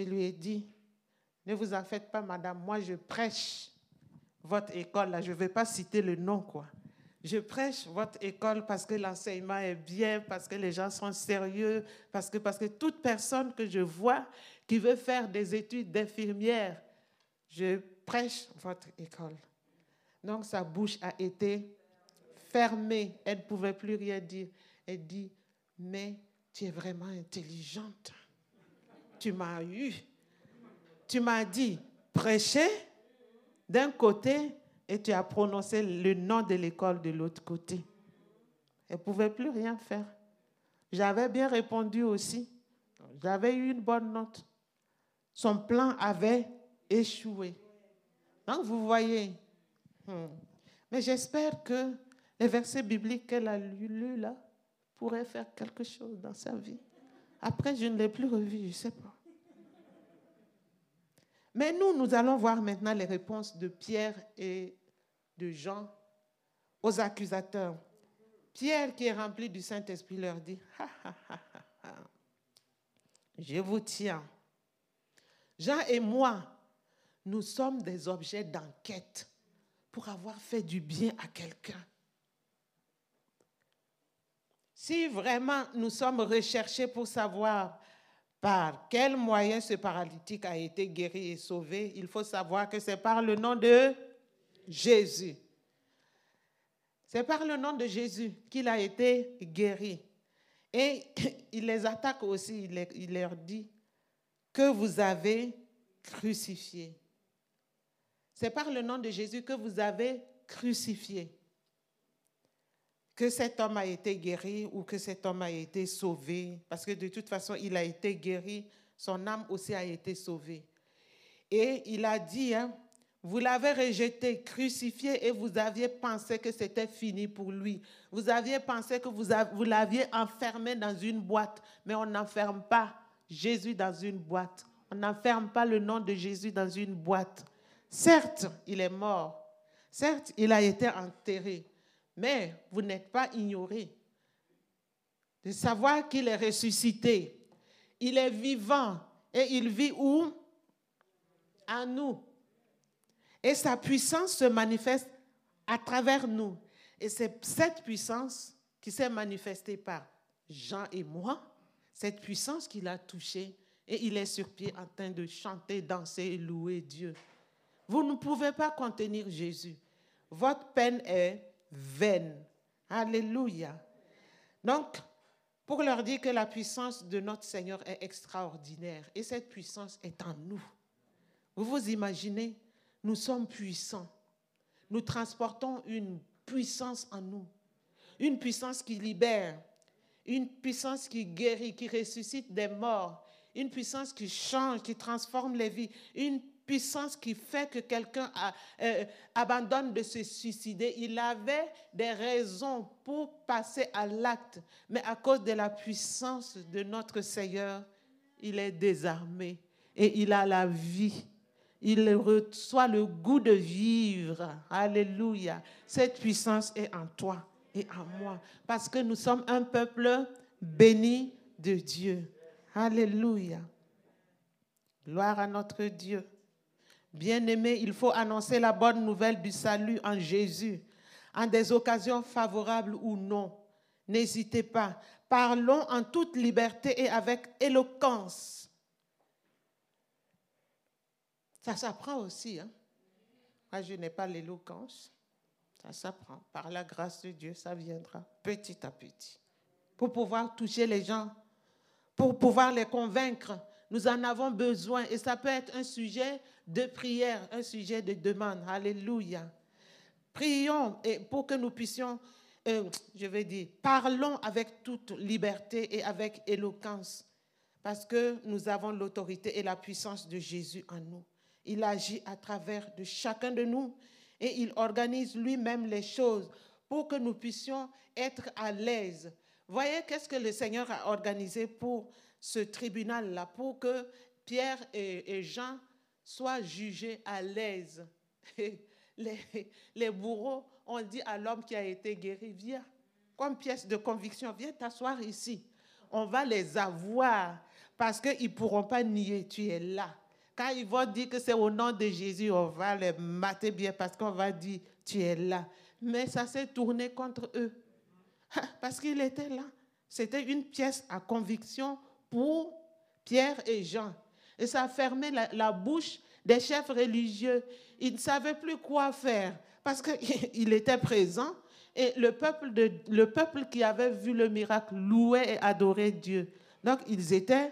ne vous en faites pas, madame, moi je prêche votre école, là, je ne vais pas citer le nom, quoi. Je prêche votre école parce que l'enseignement est bien, parce que les gens sont sérieux, parce que toute personne que je vois qui veut faire des études d'infirmière, je prêche votre école. Donc sa bouche a été fermée, elle ne pouvait plus rien dire. Elle dit, mais tu es vraiment intelligente. Tu m'as eu. Tu m'as dit, prêcher d'un côté et tu as prononcé le nom de l'école de l'autre côté. Elle ne pouvait plus rien faire. J'avais bien répondu aussi. J'avais eu une bonne note. Son plan avait échoué. Donc, vous voyez. Mais j'espère que les versets bibliques qu'elle a lus là pourraient faire quelque chose dans sa vie. Après, je ne l'ai plus revu, je ne sais pas. Mais nous allons voir maintenant les réponses de Pierre et de Jean aux accusateurs. Pierre, qui est rempli du Saint-Esprit, leur dit, je vous tiens. Jean et moi, nous sommes des objets d'enquête pour avoir fait du bien à quelqu'un. Si vraiment nous sommes recherchés pour savoir Par quel moyen ce paralytique a été guéri et sauvé? Il faut savoir que c'est par le nom de Jésus. C'est par le nom de Jésus qu'il a été guéri. Et il les attaque aussi, il leur dit que vous avez crucifié. C'est par le nom de Jésus que vous avez crucifié que cet homme a été guéri ou que cet homme a été sauvé, parce que de toute façon, il a été guéri, son âme aussi a été sauvée. Et il a dit, vous l'avez rejeté, crucifié, et vous aviez pensé que c'était fini pour lui. Vous aviez pensé que vous l'aviez enfermé dans une boîte, mais on n'enferme pas Jésus dans une boîte. On n'enferme pas le nom de Jésus dans une boîte. Certes, il est mort. Certes, il a été enterré. Mais vous n'êtes pas ignorés de savoir qu'il est ressuscité. Il est vivant et il vit où? En nous. Et sa puissance se manifeste à travers nous. Et c'est cette puissance qui s'est manifestée par Jean et moi, cette puissance qu'il a touchée, et il est sur pied en train de chanter, danser et louer Dieu. Vous ne pouvez pas contenir Jésus. Votre peine est vaine. Alléluia. Donc, pour leur dire que la puissance de notre Seigneur est extraordinaire et cette puissance est en nous. Vous vous imaginez, nous sommes puissants. Nous transportons une puissance en nous. Une puissance qui libère, une puissance qui guérit, qui ressuscite des morts, une puissance qui change, qui transforme les vies, une puissance qui fait que quelqu'un abandonne de se suicider. Il avait des raisons pour passer à l'acte, mais à cause de la puissance de notre Seigneur, il est désarmé et il a la vie. Il reçoit le goût de vivre. Alléluia. Cette puissance est en toi et en moi, parce que nous sommes un peuple béni de Dieu. Alléluia. Gloire à notre Dieu. Bien-aimés, il faut annoncer la bonne nouvelle du salut en Jésus, en des occasions favorables ou non. N'hésitez pas. Parlons en toute liberté et avec éloquence. Ça s'apprend aussi. Moi, je n'ai pas l'éloquence. Ça s'apprend. Par la grâce de Dieu, ça viendra petit à petit. Pour pouvoir toucher les gens, pour pouvoir les convaincre, nous en avons besoin. Et ça peut être un sujet de prière, un sujet de demande. Alléluia. Prions pour que nous puissions, parlons avec toute liberté et avec éloquence, parce que nous avons l'autorité et la puissance de Jésus en nous. Il agit à travers de chacun de nous et il organise lui-même les choses pour que nous puissions être à l'aise. Voyez qu'est-ce que le Seigneur a organisé pour ce tribunal-là, pour que Pierre et Jean soient jugés à l'aise. Les bourreaux ont dit à l'homme qui a été guéri, viens, comme pièce de conviction, viens t'asseoir ici. On va les avoir parce qu'ils ne pourront pas nier, tu es là. Quand ils vont dire que c'est au nom de Jésus, on va les mater bien parce qu'on va dire, tu es là. Mais ça s'est tourné contre eux parce qu'il était là. C'était une pièce à conviction pour Pierre et Jean. Et ça a fermé la bouche des chefs religieux. Ils ne savaient plus quoi faire parce qu'il était présent et le peuple qui avait vu le miracle louait et adorait Dieu. Donc, ils étaient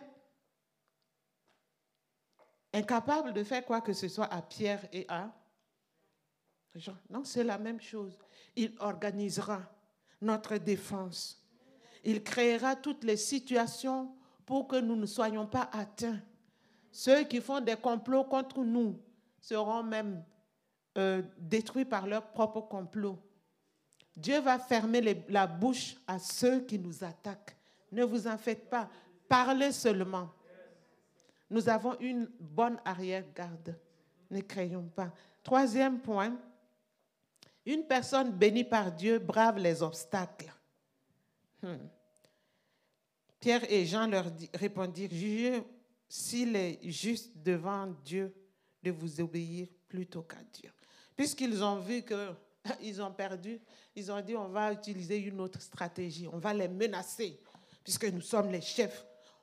incapables de faire quoi que ce soit à Pierre et à Jean. Non, c'est la même chose. Il organisera notre défense. Il créera toutes les situations pour que nous ne soyons pas atteints. Ceux qui font des complots contre nous seront même détruits par leur propre complot. Dieu va fermer la bouche à ceux qui nous attaquent. Ne vous en faites pas. Parlez seulement. Nous avons une bonne arrière-garde. Ne craignons pas. Troisième point, une personne bénie par Dieu brave les obstacles. Pierre et Jean leur répondirent, jugez s'il est juste devant Dieu de vous obéir plutôt qu'à Dieu. Puisqu'ils ont vu qu'ils ont perdu, ils ont dit on va utiliser une autre stratégie, on va les menacer, puisque nous sommes les chefs.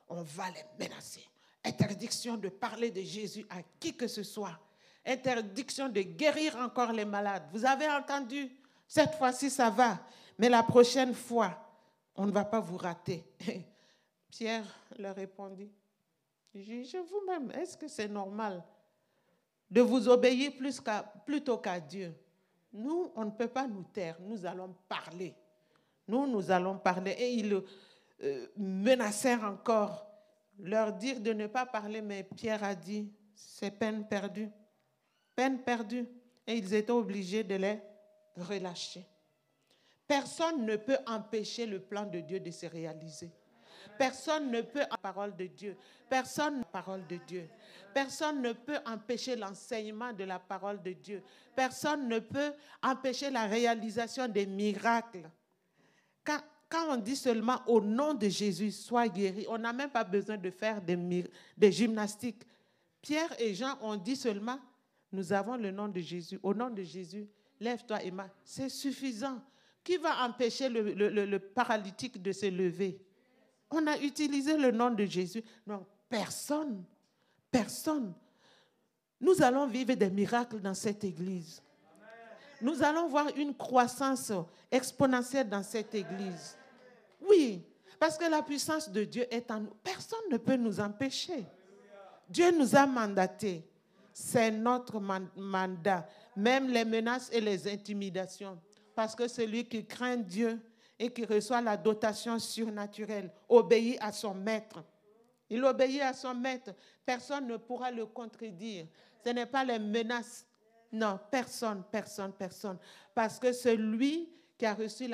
on va les menacer. Interdiction de parler de Jésus à qui que ce soit. Interdiction de guérir encore les malades. Vous avez entendu? Cette fois-ci, ça va. Mais la prochaine fois, on ne va pas vous rater. Pierre leur répondit, jugez vous-même, est-ce que c'est normal de vous obéir plutôt qu'à Dieu? Nous, on ne peut pas nous taire, nous allons parler. Nous allons parler. Et ils menacèrent encore, leur dire de ne pas parler, mais Pierre a dit, c'est peine perdue. Peine perdue. Et ils étaient obligés de les relâcher. Personne ne peut empêcher le plan de Dieu de se réaliser. Personne ne peut la parole de Dieu. Personne ne parole de Dieu. Personne ne peut empêcher l'enseignement de la parole de Dieu. Personne ne peut empêcher la réalisation des miracles. Quand on dit seulement au nom de Jésus, sois guéri, on n'a même pas besoin de faire des gymnastiques. Pierre et Jean ont dit seulement, nous avons le nom de Jésus. Au nom de Jésus, lève-toi et marche. C'est suffisant. Qui va empêcher le paralytique de se lever? On a utilisé le nom de Jésus. Non, personne. Personne. Nous allons vivre des miracles dans cette église. Nous allons voir une croissance exponentielle dans cette église. Oui, parce que la puissance de Dieu est en nous. Personne ne peut nous empêcher. Dieu nous a mandatés. C'est notre mandat. Même les menaces et les intimidations. Parce que celui qui craint Dieu et qui reçoit la dotation surnaturelle obéit à son maître. Il obéit à son maître. Personne ne pourra le contredire. Ce n'est pas les menaces. Non, personne. Parce que celui qui a reçu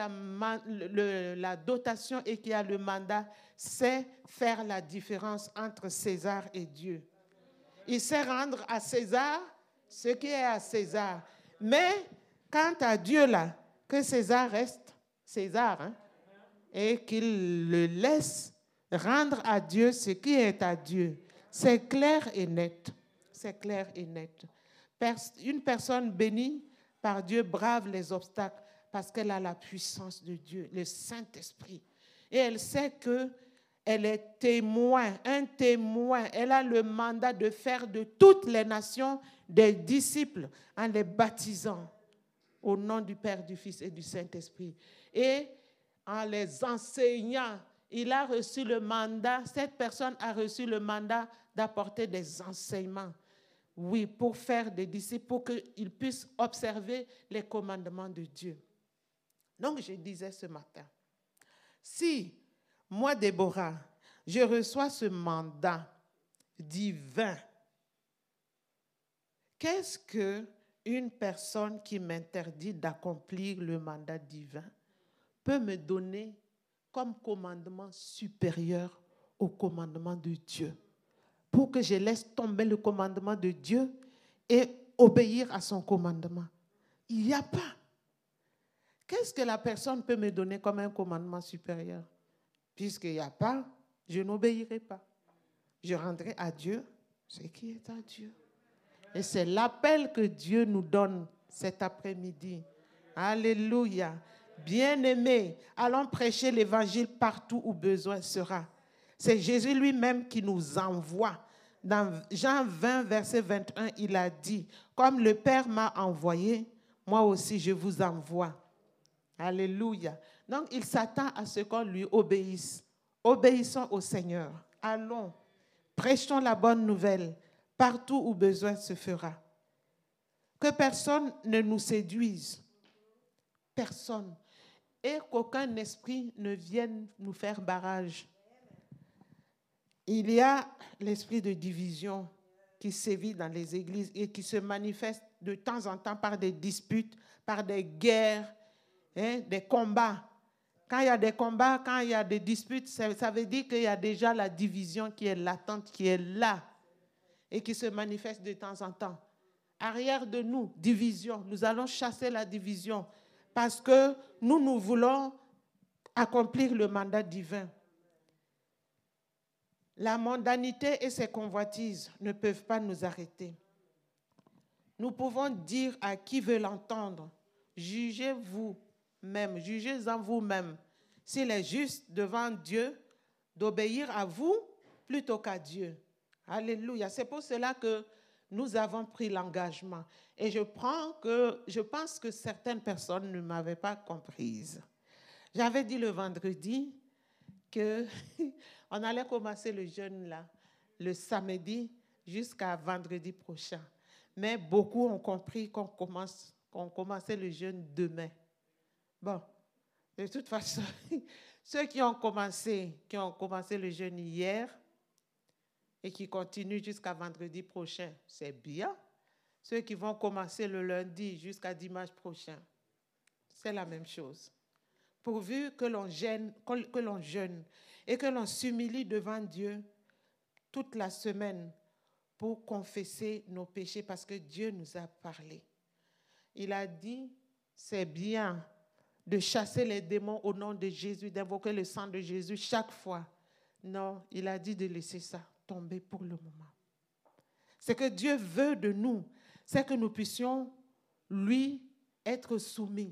la dotation et qui a le mandat sait faire la différence entre César et Dieu. Il sait rendre à César ce qui est à César. Mais quant à Dieu là, que César reste César, hein, et qu'il le laisse rendre à Dieu ce qui est à Dieu. C'est clair et net. C'est clair et net. Une personne bénie par Dieu brave les obstacles parce qu'elle a la puissance de Dieu, le Saint-Esprit. Et elle sait qu'elle est témoin, un témoin. Elle a le mandat de faire de toutes les nations des disciples en les baptisant au nom du Père, du Fils et du Saint-Esprit. Et en les enseignant, il a reçu le mandat, cette personne a reçu le mandat d'apporter des enseignements. Oui, pour faire des disciples, pour qu'ils puissent observer les commandements de Dieu. Donc, je disais ce matin, si moi, Déborah, je reçois ce mandat divin, qu'est-ce qu'une personne qui m'interdit d'accomplir le mandat divin peut me donner comme commandement supérieur au commandement de Dieu, pour que je laisse tomber le commandement de Dieu et obéir à son commandement? Il n'y a pas. Qu'est-ce que la personne peut me donner comme un commandement supérieur? Puisqu'il n'y a pas, je n'obéirai pas. Je rendrai à Dieu ce qui est à Dieu. Et c'est l'appel que Dieu nous donne cet après-midi. Alléluia. Bien-aimés, allons prêcher l'évangile partout où besoin sera. C'est Jésus lui-même qui nous envoie. Dans Jean 20, verset 21, il a dit, comme le Père m'a envoyé, moi aussi je vous envoie. Alléluia. Donc il s'attend à ce qu'on lui obéisse. Obéissons au Seigneur. Allons, prêchons la bonne nouvelle partout où besoin se fera. Que personne ne nous séduise. Personne. Et qu'aucun esprit ne vienne nous faire barrage. Il y a l'esprit de division qui sévit dans les églises et qui se manifeste de temps en temps par des disputes, par des guerres, des combats. Quand il y a des combats, quand il y a des disputes, ça veut dire qu'il y a déjà la division qui est latente, qui est là et qui se manifeste de temps en temps. Arrière de nous, division. Nous allons chasser la division parce que nous voulons accomplir le mandat divin. La mondanité et ses convoitises ne peuvent pas nous arrêter. Nous pouvons dire à qui veut l'entendre, jugez vous-même, jugez en vous-même s'il est juste devant Dieu d'obéir à vous plutôt qu'à Dieu. Alléluia. C'est pour cela que nous avons pris l'engagement. Et je pense que certaines personnes ne m'avaient pas comprise. J'avais dit le vendredi qu'on allait commencer le jeûne là, le samedi jusqu'à vendredi prochain. Mais beaucoup ont compris qu'on commençait le jeûne demain. Bon, de toute façon, ceux qui ont commencé le jeûne hier et qui continuent jusqu'à vendredi prochain, c'est bien. Ceux qui vont commencer le lundi jusqu'à dimanche prochain, c'est la même chose. Pourvu que l'on jeûne et que l'on s'humilie devant Dieu toute la semaine pour confesser nos péchés parce que Dieu nous a parlé. Il a dit, c'est bien de chasser les démons au nom de Jésus, d'invoquer le sang de Jésus chaque fois. Non, il a dit de laisser ça tomber pour le moment. Ce que Dieu veut de nous, c'est que nous puissions lui être soumis.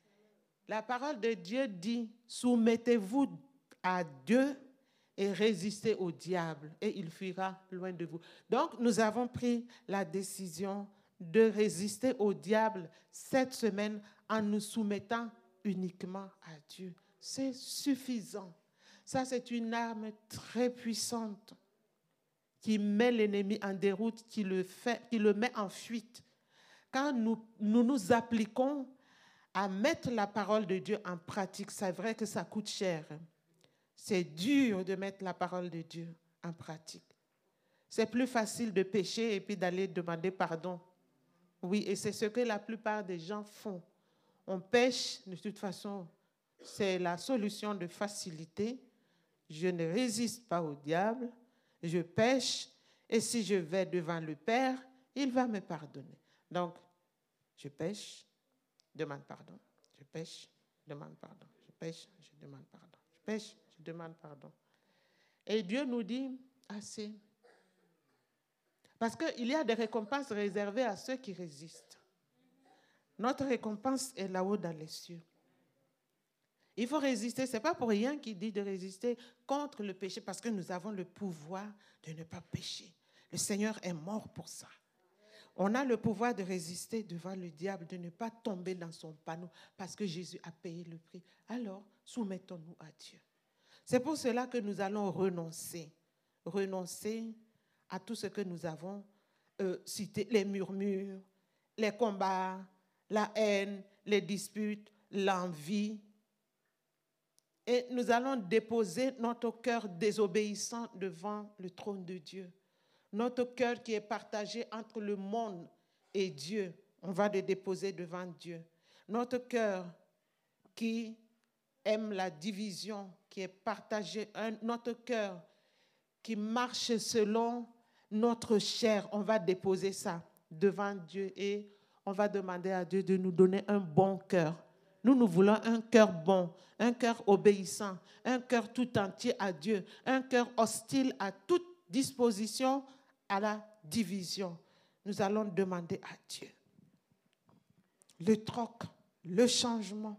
La parole de Dieu dit, soumettez-vous à Dieu et résistez au diable et il fuira loin de vous. Donc, nous avons pris la décision de résister au diable cette semaine en nous soumettant uniquement à Dieu. C'est suffisant. Ça, c'est une arme très puissante qui met l'ennemi en déroute, qui le met en fuite. Quand nous appliquons à mettre la parole de Dieu en pratique, c'est vrai que ça coûte cher. C'est dur de mettre la parole de Dieu en pratique. C'est plus facile de pécher et puis d'aller demander pardon. Oui, et c'est ce que la plupart des gens font. On pêche, de toute façon, c'est la solution de facilité. Je ne résiste pas au diable, je pêche, et si je vais devant le Père, il va me pardonner. Donc, je pêche, demande pardon. Je pêche, demande pardon. Je pêche, je demande pardon. Je pêche, je demande pardon. Et Dieu nous dit, assez. Parce qu'il y a des récompenses réservées à ceux qui résistent. Notre récompense est là-haut dans les cieux. Il faut résister. Ce n'est pas pour rien qu'il dit de résister contre le péché, parce que nous avons le pouvoir de ne pas pécher. Le Seigneur est mort pour ça. On a le pouvoir de résister devant le diable, de ne pas tomber dans son panneau, parce que Jésus a payé le prix. Alors, soumettons-nous à Dieu. C'est pour cela que nous allons renoncer à tout ce que nous avons cité, les murmures, les combats, la haine, les disputes, l'envie. Et nous allons déposer notre cœur désobéissant devant le trône de Dieu. Notre cœur qui est partagé entre le monde et Dieu, on va le déposer devant Dieu. Notre cœur qui aime la division, qui est partagé, notre cœur qui marche selon notre chair, on va déposer ça devant Dieu et on va demander à Dieu de nous donner un bon cœur. Nous voulons un cœur bon, un cœur obéissant, un cœur tout entier à Dieu, un cœur hostile à toute disposition à la division. Nous allons demander à Dieu le troc, le changement.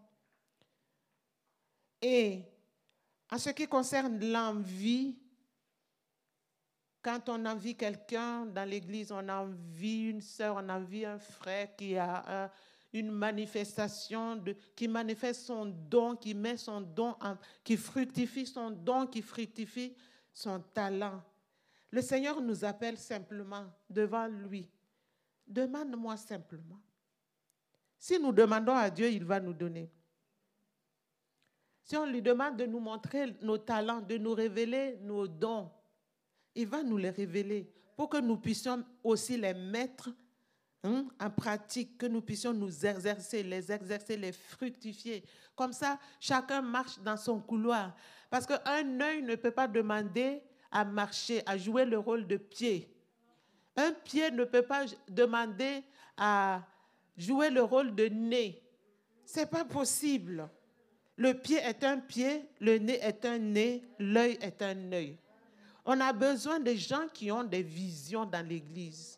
Et en ce qui concerne l'envie, quand on envie quelqu'un dans l'église, on envie une sœur, on envie un frère qui a une manifestation, qui manifeste son don, qui met son don, qui fructifie son don, qui fructifie son talent. Le Seigneur nous appelle simplement devant lui. Demande-moi simplement. Si nous demandons à Dieu, il va nous donner. Si on lui demande de nous montrer nos talents, de nous révéler nos dons, il va nous les révéler pour que nous puissions aussi les mettre en pratique, que nous puissions nous exercer, les fructifier. Comme ça, chacun marche dans son couloir. Parce qu'un œil ne peut pas demander à marcher, à jouer le rôle de pied. Un pied ne peut pas demander à jouer le rôle de nez. Ce n'est pas possible. Le pied est un pied, le nez est un nez, l'œil est un œil. On a besoin de gens qui ont des visions dans l'Église,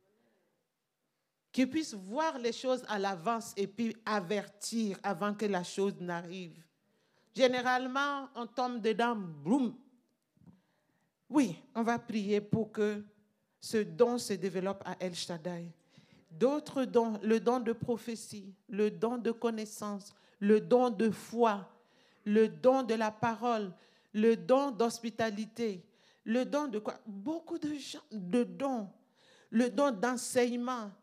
qui puissent voir les choses à l'avance et puis avertir avant que la chose n'arrive. Généralement, on tombe dedans, boum. Oui, on va prier pour que ce don se développe à El Shaddai. D'autres dons, le don de prophétie, le don de connaissance, le don de foi, le don de la parole, le don d'hospitalité, le don de quoi? Beaucoup de dons, le don d'enseignement.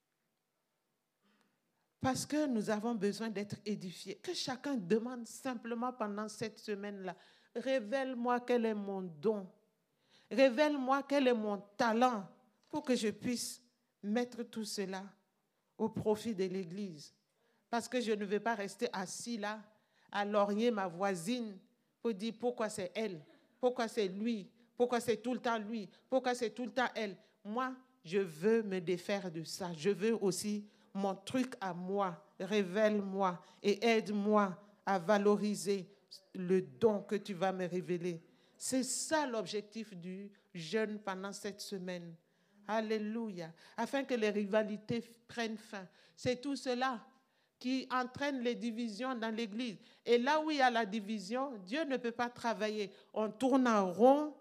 Parce que nous avons besoin d'être édifiés. Que chacun demande simplement pendant cette semaine-là, révèle-moi quel est mon don. Révèle-moi quel est mon talent pour que je puisse mettre tout cela au profit de l'Église. Parce que je ne vais pas rester assis là à lorgner ma voisine pour dire pourquoi c'est elle, pourquoi c'est lui, pourquoi c'est tout le temps lui, pourquoi c'est tout le temps elle. Moi, je veux me défaire de ça. Je veux aussi mon truc à moi. Révèle-moi et aide-moi à valoriser le don que tu vas me révéler. C'est ça l'objectif du jeûne pendant cette semaine. Alléluia. Afin que les rivalités prennent fin. C'est tout cela qui entraîne les divisions dans l'Église. Et là où il y a la division, Dieu ne peut pas travailler. On tourne en rond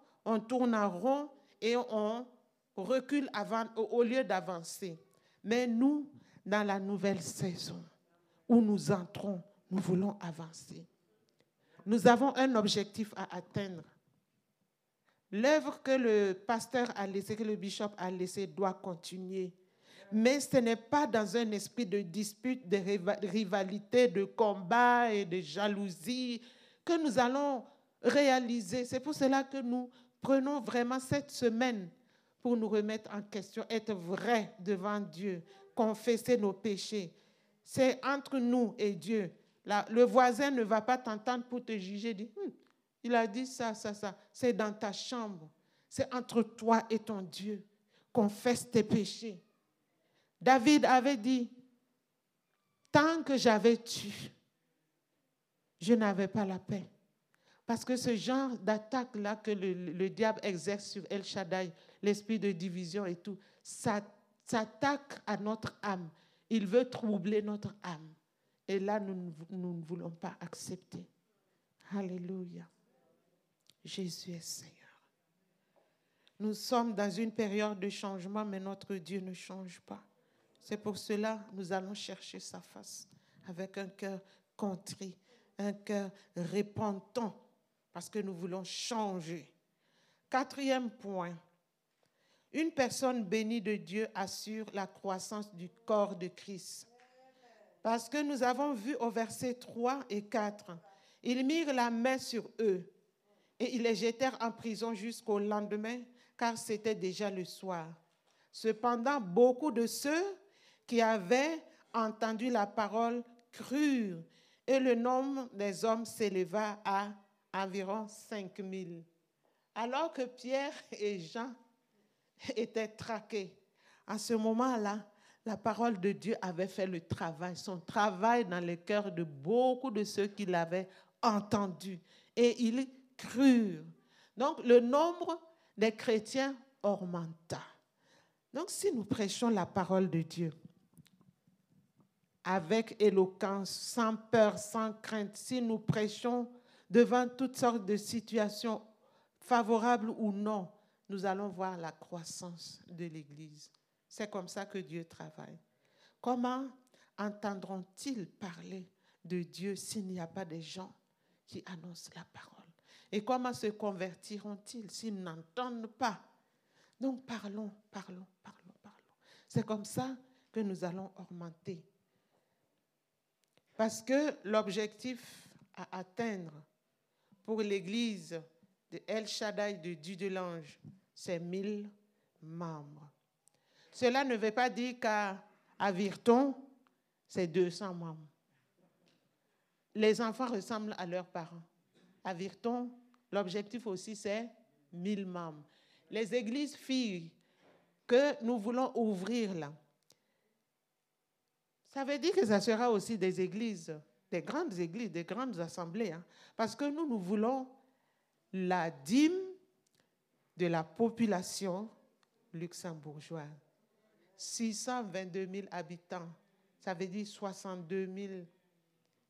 et on recule au lieu d'avancer. Mais nous, dans la nouvelle saison où nous entrons, nous voulons avancer. Nous avons un objectif à atteindre. L'œuvre que le pasteur a laissée, que le bishop a laissée, doit continuer. Mais ce n'est pas dans un esprit de dispute, de rivalité, de combat et de jalousie que nous allons réaliser. C'est pour cela que nous prenons vraiment cette semaine pour nous remettre en question, être vrais devant Dieu, confesser nos péchés. C'est entre nous et Dieu. Le voisin ne va pas t'entendre pour te juger, dire il a dit ça. C'est dans ta chambre. C'est entre toi et ton Dieu. Confesse tes péchés. David avait dit, tant que j'avais tué, je n'avais pas la paix. Parce que ce genre d'attaque-là que le diable exerce sur El Shaddai, l'esprit de division et tout, ça s'attaque à notre âme. Il veut troubler notre âme. Et là, nous ne voulons pas accepter. Alléluia. Jésus est Seigneur. Nous sommes dans une période de changement, mais notre Dieu ne change pas. C'est pour cela que nous allons chercher sa face avec un cœur contrit, un cœur repentant, parce que nous voulons changer. 4e point, une personne bénie de Dieu assure la croissance du corps de Christ. Parce que nous avons vu au verset 3 et 4, ils mirent la main sur eux et ils les jetèrent en prison jusqu'au lendemain, car c'était déjà le soir. Cependant, beaucoup de ceux qui avaient entendu la parole crurent, et le nombre des hommes s'éleva à environ 5000. Alors que Pierre et Jean étaient traqués, à ce moment-là, la parole de Dieu avait fait le travail, son travail dans le cœur de beaucoup de ceux qui l'avaient entendu. Et ils crurent. Donc, le nombre des chrétiens augmenta. Donc, si nous prêchons la parole de Dieu avec éloquence, sans peur, sans crainte, si nous prêchons devant toutes sortes de situations favorables ou non, nous allons voir la croissance de l'Église. C'est comme ça que Dieu travaille. Comment entendront-ils parler de Dieu s'il n'y a pas des gens qui annoncent la parole? Et comment se convertiront-ils s'ils n'entendent pas? Donc parlons. C'est comme ça que nous allons augmenter. Parce que l'objectif à atteindre pour l'Église de El Shaddai, de Dieu de l'Ange, c'est 1000 membres. Cela ne veut pas dire qu'à Virton, c'est 200 membres. Les enfants ressemblent à leurs parents. À Virton, l'objectif aussi, c'est 1000 membres. Les églises filles que nous voulons ouvrir là, ça veut dire que ça sera aussi des églises, des grandes assemblées. Parce que nous voulons la dîme de la population luxembourgeoise. 622 000 habitants, ça veut dire 62 000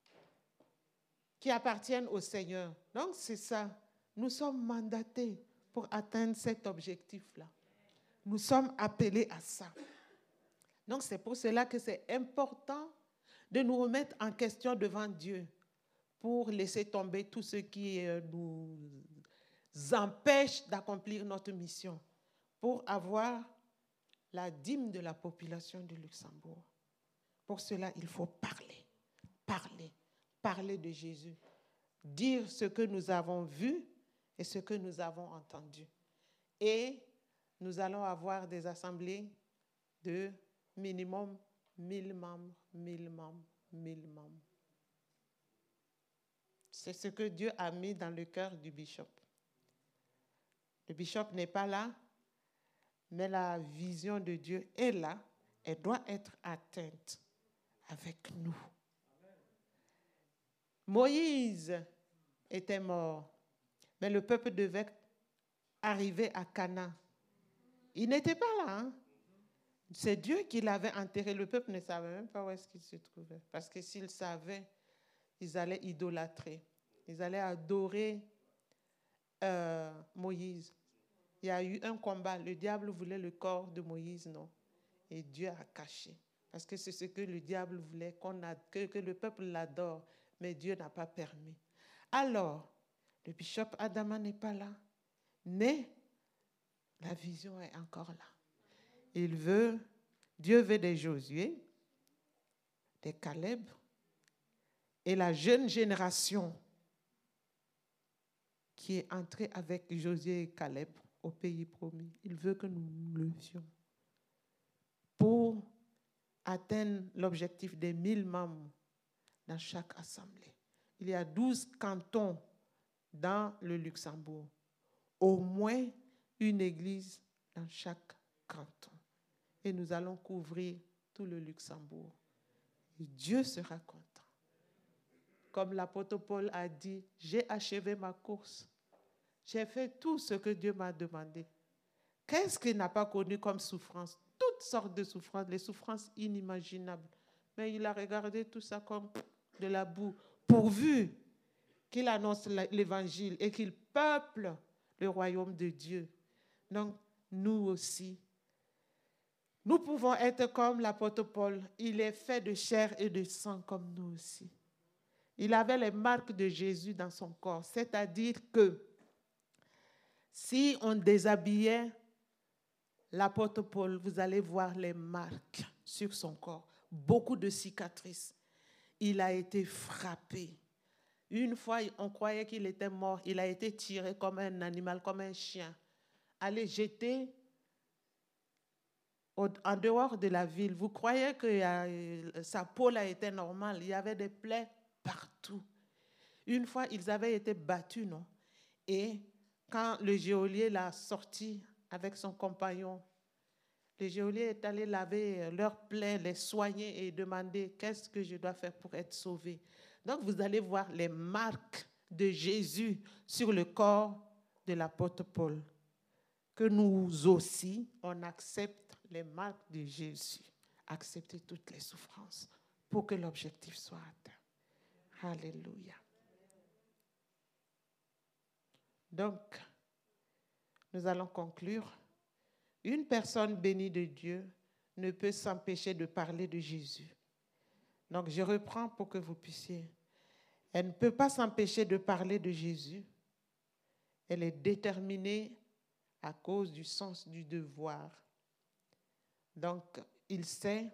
qui appartiennent au Seigneur. Donc c'est ça, nous sommes mandatés pour atteindre cet objectif-là. Nous sommes appelés à ça. Donc, c'est pour cela que c'est important de nous remettre en question devant Dieu pour laisser tomber tout ce qui nous empêche d'accomplir notre mission, pour avoir la dîme de la population du Luxembourg. Pour cela, il faut parler de Jésus, dire ce que nous avons vu et ce que nous avons entendu. Et nous allons avoir des assemblées de minimum 1000 membres, 1000 membres, 1000 membres. C'est ce que Dieu a mis dans le cœur du bishop. Le bishop n'est pas là, mais la vision de Dieu est là. Elle doit être atteinte avec nous. Moïse était mort, mais le peuple devait arriver à Canaan. Il n'était pas là. Hein? C'est Dieu qui l'avait enterré. Le peuple ne savait même pas où est-ce qu'il se trouvait. Parce que s'ils savaient, ils allaient idolâtrer. Ils allaient adorer Moïse. Il y a eu un combat. Le diable voulait le corps de Moïse, non? Et Dieu a caché. Parce que c'est ce que le diable voulait, que le peuple l'adore. Mais Dieu n'a pas permis. Alors, le bishop Adama n'est pas là. Mais la vision est encore là. Dieu veut des Josué, des Caleb et la jeune génération qui est entrée avec Josué et Caleb au pays promis. Il veut que nous nous levions pour atteindre l'objectif des 1000 membres dans chaque assemblée. Il y a 12 cantons dans le Luxembourg. Au moins une église dans chaque canton. Et nous allons couvrir tout le Luxembourg. Et Dieu sera content. Comme l'apôtre Paul a dit, j'ai achevé ma course. J'ai fait tout ce que Dieu m'a demandé. Qu'est-ce qu'il n'a pas connu comme souffrance? Toutes sortes de souffrances, les souffrances inimaginables. Mais il a regardé tout ça comme de la boue, pourvu qu'il annonce l'évangile et qu'il peuple le royaume de Dieu. Donc, nous aussi, nous pouvons être comme l'apôtre Paul. Il est fait de chair et de sang comme nous aussi. Il avait les marques de Jésus dans son corps. C'est-à-dire que si on déshabillait l'apôtre Paul, vous allez voir les marques sur son corps. Beaucoup de cicatrices. Il a été frappé. Une fois, on croyait qu'il était mort. Il a été tiré comme un animal, comme un chien. Allez jeter en dehors de la ville. Vous croyez que sa peau là était normale. Il y avait des plaies partout. Une fois, ils avaient été battus, non? Et quand le geôlier l'a sorti avec son compagnon, le geôlier est allé laver leurs plaies, les soigner et demander qu'est-ce que je dois faire pour être sauvé. Donc, vous allez voir les marques de Jésus sur le corps de l'apôtre Paul. Que nous aussi, on accepte les marques de Jésus. Accepter toutes les souffrances pour que l'objectif soit atteint. Alléluia. Donc, nous allons conclure. Une personne bénie de Dieu ne peut s'empêcher de parler de Jésus. Donc, je reprends pour que vous puissiez. Elle ne peut pas s'empêcher de parler de Jésus. Elle est déterminée à cause du sens du devoir. Donc, elle sait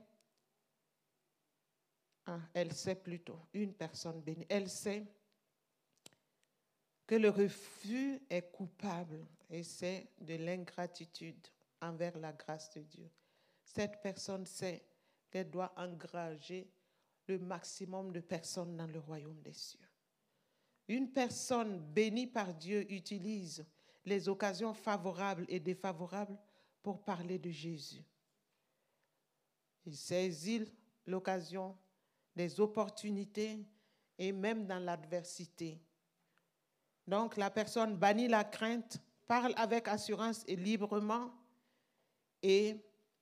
plutôt, une personne bénie, elle sait que le refus est coupable et c'est de l'ingratitude envers la grâce de Dieu. Cette personne sait qu'elle doit engager le maximum de personnes dans le royaume des cieux. Une personne bénie par Dieu utilise les occasions favorables et défavorables pour parler de Jésus. Il saisit l'occasion, les opportunités et même dans l'adversité. Donc, la personne bannit la crainte, parle avec assurance et librement et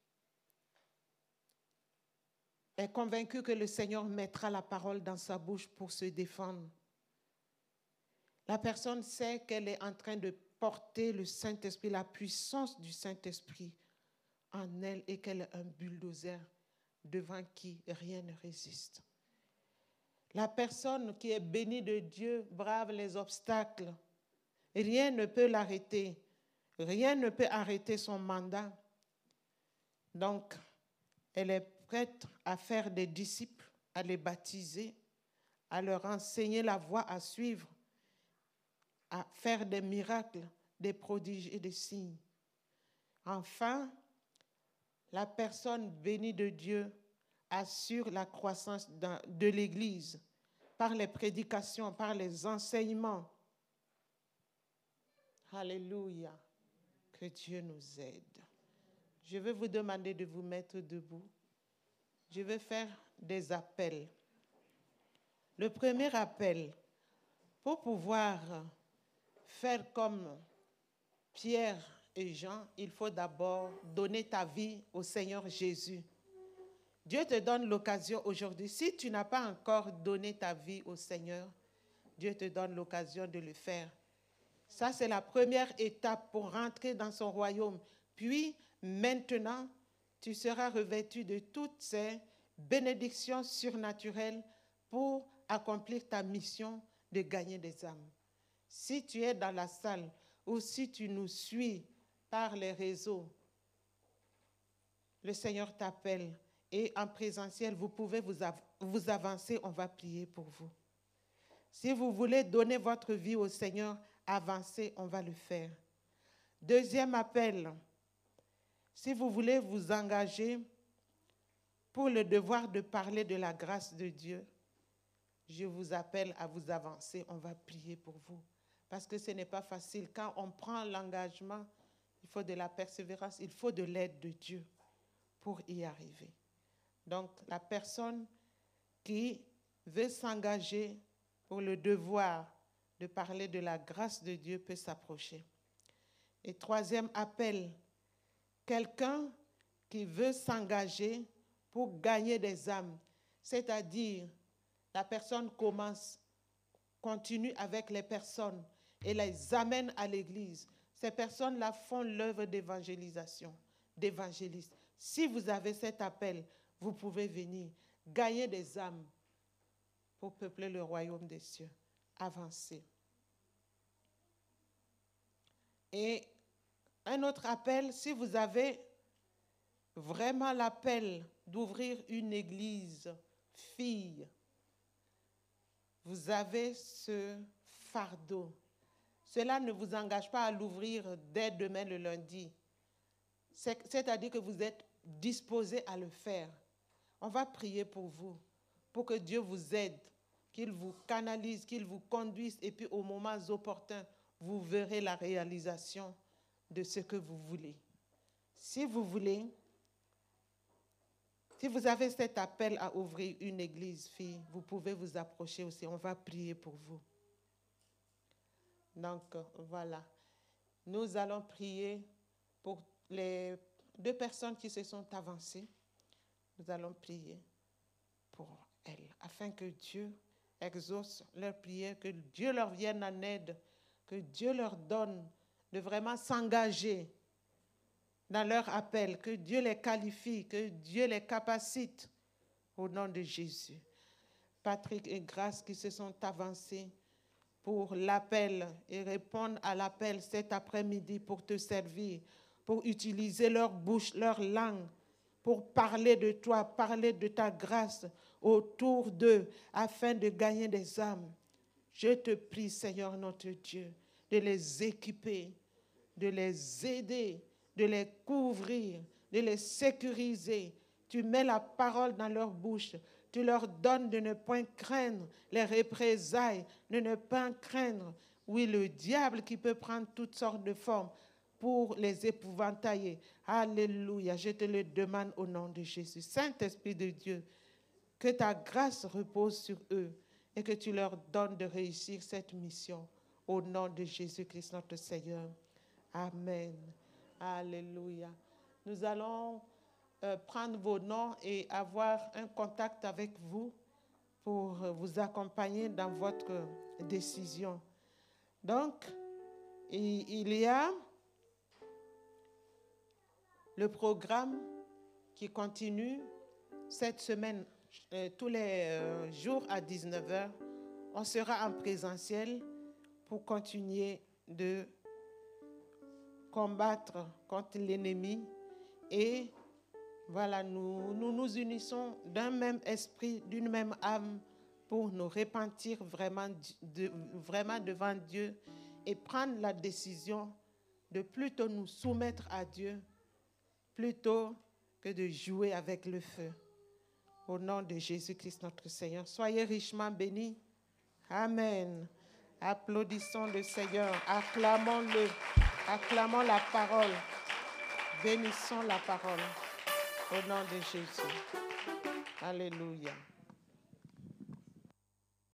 est convaincue que le Seigneur mettra la parole dans sa bouche pour se défendre. La personne sait qu'elle est en train de porter le Saint-Esprit, la puissance du Saint-Esprit en elle et qu'elle est un bulldozer devant qui rien ne résiste. La personne qui est bénie de Dieu brave les obstacles. Rien ne peut l'arrêter. Rien ne peut arrêter son mandat. Donc, elle est prête à faire des disciples, à les baptiser, à leur enseigner la voie à suivre, à faire des miracles, des prodiges et des signes. Enfin, la personne bénie de Dieu assure la croissance de l'Église par les prédications, par les enseignements. Alléluia. Que Dieu nous aide. Je vais vous demander de vous mettre debout. Je vais faire des appels. Le premier appel, pour pouvoir faire comme Pierre et Jean, il faut d'abord donner ta vie au Seigneur Jésus. Dieu te donne l'occasion aujourd'hui. Si tu n'as pas encore donné ta vie au Seigneur, Dieu te donne l'occasion de le faire. Ça, c'est la première étape pour rentrer dans son royaume. Puis, maintenant, tu seras revêtu de toutes ces bénédictions surnaturelles pour accomplir ta mission de gagner des âmes. Si tu es dans la salle ou si tu nous suis par les réseaux, le Seigneur t'appelle et en présentiel, vous pouvez vous avancer, on va prier pour vous. Si vous voulez donner votre vie au Seigneur, avancez, on va le faire. Deuxième appel, si vous voulez vous engager pour le devoir de parler de la grâce de Dieu, je vous appelle à vous avancer, on va prier pour vous. Parce que ce n'est pas facile. Quand on prend l'engagement, il faut de la persévérance, il faut de l'aide de Dieu pour y arriver. Donc, la personne qui veut s'engager pour le devoir de parler de la grâce de Dieu peut s'approcher. Et troisième appel, quelqu'un qui veut s'engager pour gagner des âmes, c'est-à-dire la personne continue avec les personnes et les amène à l'église. Ces personnes-là font l'œuvre d'évangélisation, d'évangéliste. Si vous avez cet appel, vous pouvez venir gagner des âmes pour peupler le royaume des cieux. Avancez. Et un autre appel, si vous avez vraiment l'appel d'ouvrir une église fille, vous avez ce fardeau. Cela ne vous engage pas à l'ouvrir dès demain le lundi. C'est-à-dire que vous êtes disposé à le faire. On va prier pour vous, pour que Dieu vous aide, qu'il vous canalise, qu'il vous conduise, et puis au moment opportun, vous verrez la réalisation de ce que vous voulez. Si vous voulez, si vous avez cet appel à ouvrir une église fille, vous pouvez vous approcher aussi. On va prier pour vous. Donc, voilà. Nous allons prier pour les 2 personnes qui se sont avancées. Nous allons prier pour elles, afin que Dieu exauce leurs prières, que Dieu leur vienne en aide, que Dieu leur donne de vraiment s'engager dans leur appel, que Dieu les qualifie, que Dieu les capacite au nom de Jésus. Patrick et Grâce qui se sont avancés pour l'appel et répondre à l'appel cet après-midi pour te servir, pour utiliser leur bouche, leur langue, pour parler de toi, parler de ta grâce autour d'eux, afin de gagner des âmes. Je te prie, Seigneur notre Dieu, de les équiper, de les aider, de les couvrir, de les sécuriser. Tu mets la parole dans leur bouche. Tu leur donnes de ne point craindre les représailles, de ne pas craindre, oui, le diable qui peut prendre toutes sortes de formes pour les épouvantailler. Alléluia, je te le demande au nom de Jésus. Saint-Esprit de Dieu, que ta grâce repose sur eux et que tu leur donnes de réussir cette mission au nom de Jésus-Christ notre Seigneur. Amen. Alléluia. Nous allons prendre vos noms et avoir un contact avec vous pour vous accompagner dans votre décision. Donc, il y a le programme qui continue cette semaine, tous les jours à 19h. On sera en présentiel pour continuer de combattre contre l'ennemi. Et voilà, nous nous unissons d'un même esprit, d'une même âme pour nous repentir vraiment devant Dieu et prendre la décision de plutôt nous soumettre à Dieu plutôt que de jouer avec le feu. Au nom de Jésus-Christ notre Seigneur, soyez richement bénis. Amen. Applaudissons le Seigneur, acclamons-le, acclamons la parole, bénissons la parole au nom de Jésus. Alléluia.